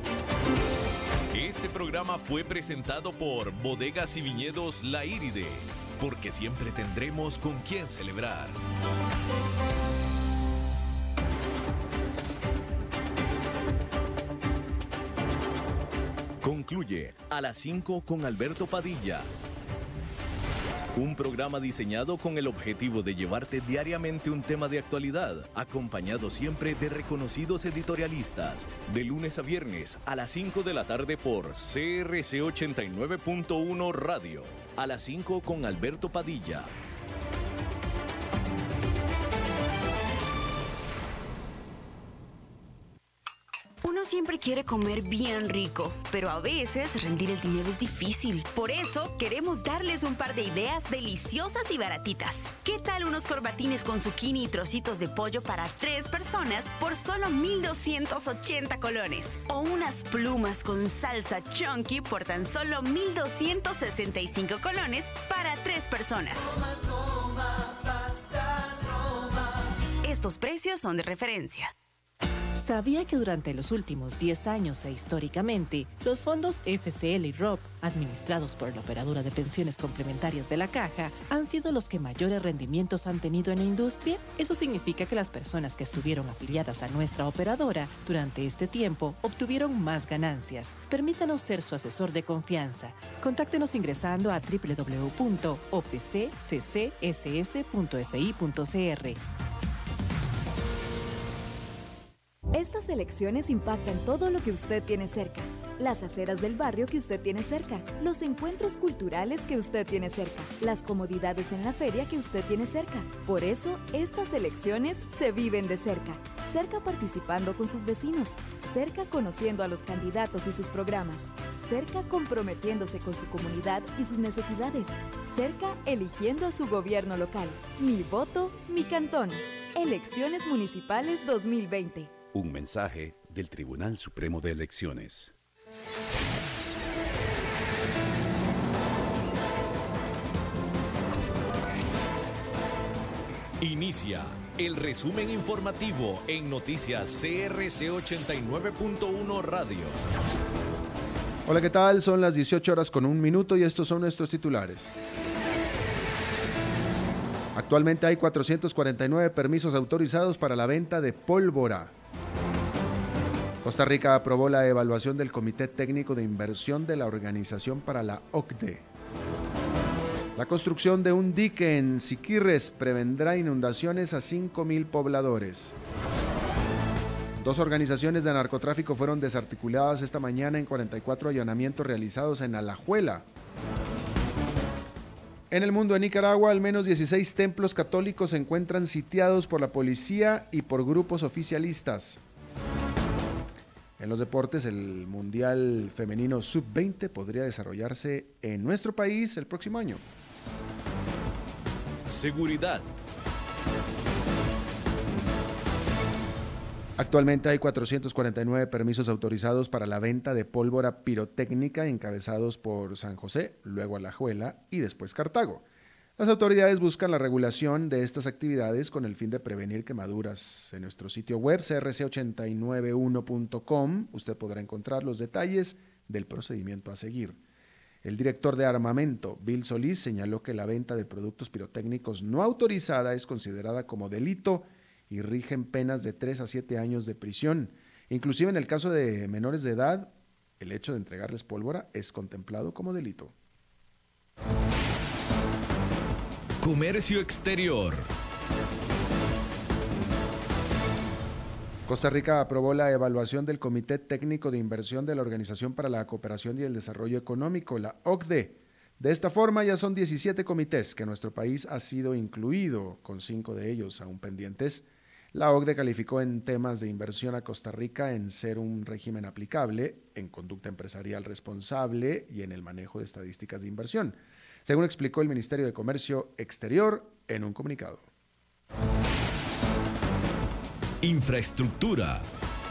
Speaker 1: Este programa fue presentado por Bodegas y Viñedos La Iride, porque siempre tendremos con quién celebrar. Concluye A las cinco con Alberto Padilla. Un programa diseñado con el objetivo de llevarte diariamente un tema de actualidad, acompañado siempre de reconocidos editorialistas, de lunes a viernes a las cinco de la tarde por C R C ochenta y nueve punto uno Radio. A las cinco con Alberto Padilla.
Speaker 14: Uno siempre quiere comer bien rico, pero a veces rendir el dinero es difícil. Por eso, queremos darles un par de ideas deliciosas y baratitas. ¿Qué tal unos corbatines con zucchini y trocitos de pollo para tres personas por solo mil doscientos ochenta colones? O unas plumas con salsa chunky por tan solo mil doscientos sesenta y cinco colones para tres personas. Roma, Roma, pastas, Roma. Estos precios son de referencia.
Speaker 12: ¿Sabía que durante los últimos diez años e históricamente, los fondos F C L y R O P, administrados por la Operadora de Pensiones Complementarias de la Caja, han sido los que mayores rendimientos han tenido en la industria? Eso significa que las personas que estuvieron afiliadas a nuestra operadora durante este tiempo obtuvieron más ganancias. Permítanos ser su asesor de confianza. Contáctenos ingresando a doble u doble u doble u punto o p c c c s s punto f i punto c r.
Speaker 15: Estas elecciones impactan todo lo que usted tiene cerca. Las aceras del barrio que usted tiene cerca, los encuentros culturales que usted tiene cerca, las comodidades en la feria que usted tiene cerca. Por eso, estas elecciones se viven de cerca. Cerca participando con sus vecinos, cerca conociendo a los candidatos y sus programas, cerca comprometiéndose con su comunidad y sus necesidades, cerca eligiendo a su gobierno local. Mi voto, mi cantón. Elecciones Municipales dos mil veinte.
Speaker 16: Un mensaje del Tribunal Supremo de Elecciones.
Speaker 1: Inicia el resumen informativo en Noticias C R C ochenta y nueve punto uno Radio.
Speaker 2: Hola, ¿qué tal? Son las dieciocho horas con un minuto y estos son nuestros titulares. Actualmente hay cuatrocientos cuarenta y nueve permisos autorizados para la venta de pólvora. Costa Rica aprobó la evaluación del Comité Técnico de Inversión de la Organización para la O C D E. La construcción de un dique en Siquirres prevendrá inundaciones a cinco mil pobladores. Dos organizaciones de narcotráfico fueron desarticuladas esta mañana en cuarenta y cuatro allanamientos realizados en Alajuela. En el mundo de Nicaragua, al menos dieciséis templos católicos se encuentran sitiados por la policía y por grupos oficialistas. En los deportes, el Mundial Femenino sub veinte podría desarrollarse en nuestro país el próximo año.
Speaker 1: Seguridad.
Speaker 2: Actualmente hay cuatrocientos cuarenta y nueve permisos autorizados para la venta de pólvora pirotécnica encabezados por San José, luego Alajuela y después Cartago. Las autoridades buscan la regulación de estas actividades con el fin de prevenir quemaduras. En nuestro sitio web c r c ochenta y nueve uno punto com usted podrá encontrar los detalles del procedimiento a seguir. El director de armamento, Bill Solís, señaló que la venta de productos pirotécnicos no autorizada es considerada como delito y rigen penas de tres a siete años de prisión. Inclusive en el caso de menores de edad, el hecho de entregarles pólvora es contemplado como delito.
Speaker 1: Comercio exterior.
Speaker 2: Costa Rica aprobó la evaluación del Comité Técnico de Inversión de la Organización para la Cooperación y el Desarrollo Económico, la O C D E. De esta forma, ya son diecisiete comités que nuestro país ha sido incluido, con cinco de ellos aún pendientes. La O C D E calificó en temas de inversión a Costa Rica en ser un régimen aplicable, en conducta empresarial responsable y en el manejo de estadísticas de inversión, según explicó el Ministerio de Comercio Exterior en un comunicado.
Speaker 1: Infraestructura.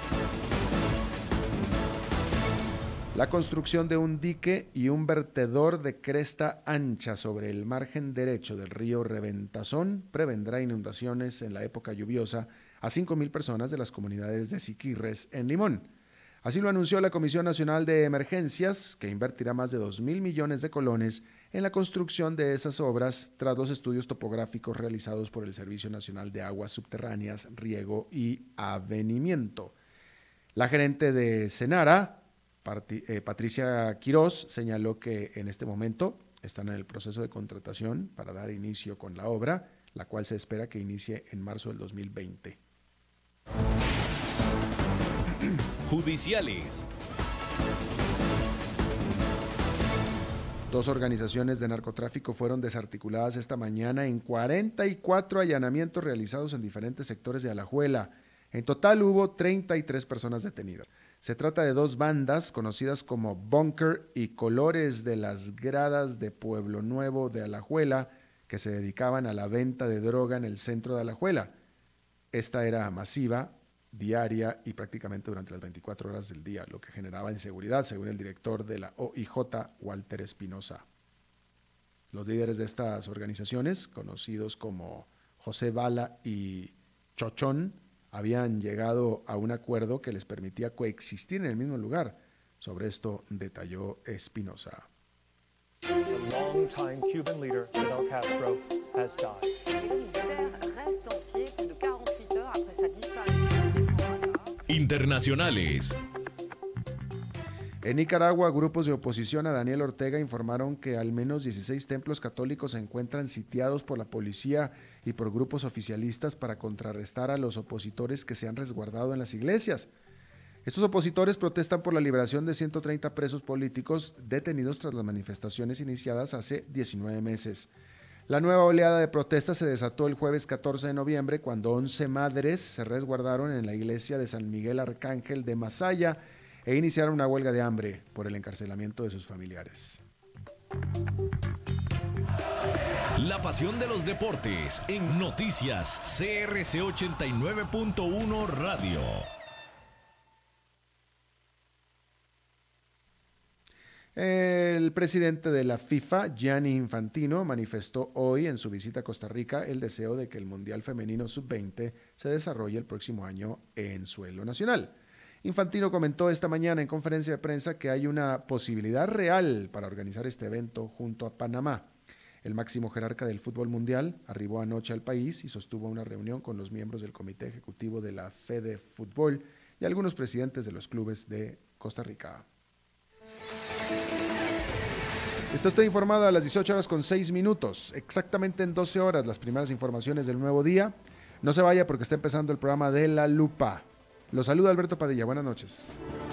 Speaker 2: La construcción de un dique y un vertedor de cresta ancha sobre el margen derecho del río Reventazón prevendrá inundaciones en la época lluviosa a cinco mil personas de las comunidades de Siquirres en Limón. Así lo anunció la Comisión Nacional de Emergencias, que invertirá más de dos mil millones de colones en la construcción de esas obras tras los estudios topográficos realizados por el Servicio Nacional de Aguas Subterráneas, Riego y Avenimiento. La gerente de Senara, Patricia Quirós, señaló que en este momento están en el proceso de contratación para dar inicio con la obra, la cual se espera que inicie en marzo del dos mil veinte.
Speaker 1: Judiciales.
Speaker 2: Dos organizaciones de narcotráfico fueron desarticuladas esta mañana en cuarenta y cuatro allanamientos realizados en diferentes sectores de Alajuela. En total hubo treinta y tres personas detenidas. Se trata de dos bandas conocidas como Bunker y Colores de las Gradas de Pueblo Nuevo de Alajuela, que se dedicaban a la venta de droga en el centro de Alajuela. Esta era masiva, diaria y prácticamente durante las veinticuatro horas del día, lo que generaba inseguridad, según el director de la O I J, Walter Espinosa. Los líderes de estas organizaciones, conocidos como José Bala y Chochón, habían llegado a un acuerdo que les permitía coexistir en el mismo lugar. Sobre esto detalló Espinosa.
Speaker 1: Internacionales.
Speaker 2: En Nicaragua, grupos de oposición a Daniel Ortega informaron que al menos dieciséis templos católicos se encuentran sitiados por la policía y por grupos oficialistas para contrarrestar a los opositores que se han resguardado en las iglesias. Estos opositores protestan por la liberación de ciento treinta presos políticos detenidos tras las manifestaciones iniciadas hace diecinueve meses. La nueva oleada de protestas se desató el jueves catorce de noviembre cuando once madres se resguardaron en la iglesia de San Miguel Arcángel de Masaya e iniciaron una huelga de hambre por el encarcelamiento de sus familiares.
Speaker 1: La pasión de los deportes en Noticias C R C ochenta y nueve punto uno Radio.
Speaker 2: El presidente de la FIFA, Gianni Infantino, manifestó hoy en su visita a Costa Rica el deseo de que el Mundial Femenino sub veinte se desarrolle el próximo año en suelo nacional. Infantino comentó esta mañana en conferencia de prensa que hay una posibilidad real para organizar este evento junto a Panamá. El máximo jerarca del fútbol mundial arribó anoche al país y sostuvo una reunión con los miembros del Comité Ejecutivo de la Fede Fútbol y algunos presidentes de los clubes de Costa Rica. Está usted informado a las dieciocho horas con seis minutos, exactamente en doce horas las primeras informaciones del nuevo día. No se vaya porque está empezando el programa de La Lupa. Los saluda Alberto Padilla, buenas noches.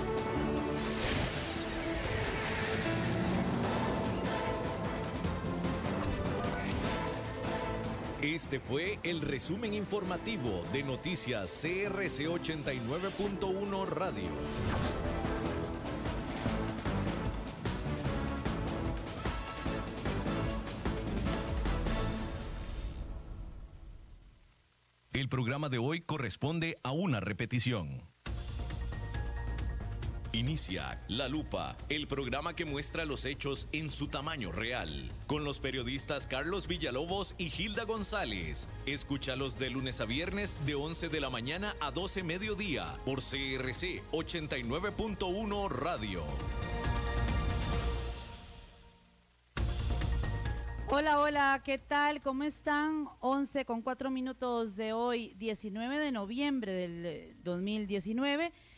Speaker 1: Este fue el resumen informativo de Noticias C R C ochenta y nueve punto uno Radio. El El programa de hoy corresponde a una repetición. Inicia La Lupa, el programa que muestra los hechos en su tamaño real, con los periodistas Carlos Villalobos y Hilda González. Escúchalos de lunes a viernes de once de la mañana a doce mediodía por C R C ochenta y nueve punto uno Radio.
Speaker 17: Hola, hola, ¿qué tal? ¿Cómo están? once con cuatro minutos de hoy, diecinueve de noviembre del dos mil diecinueve.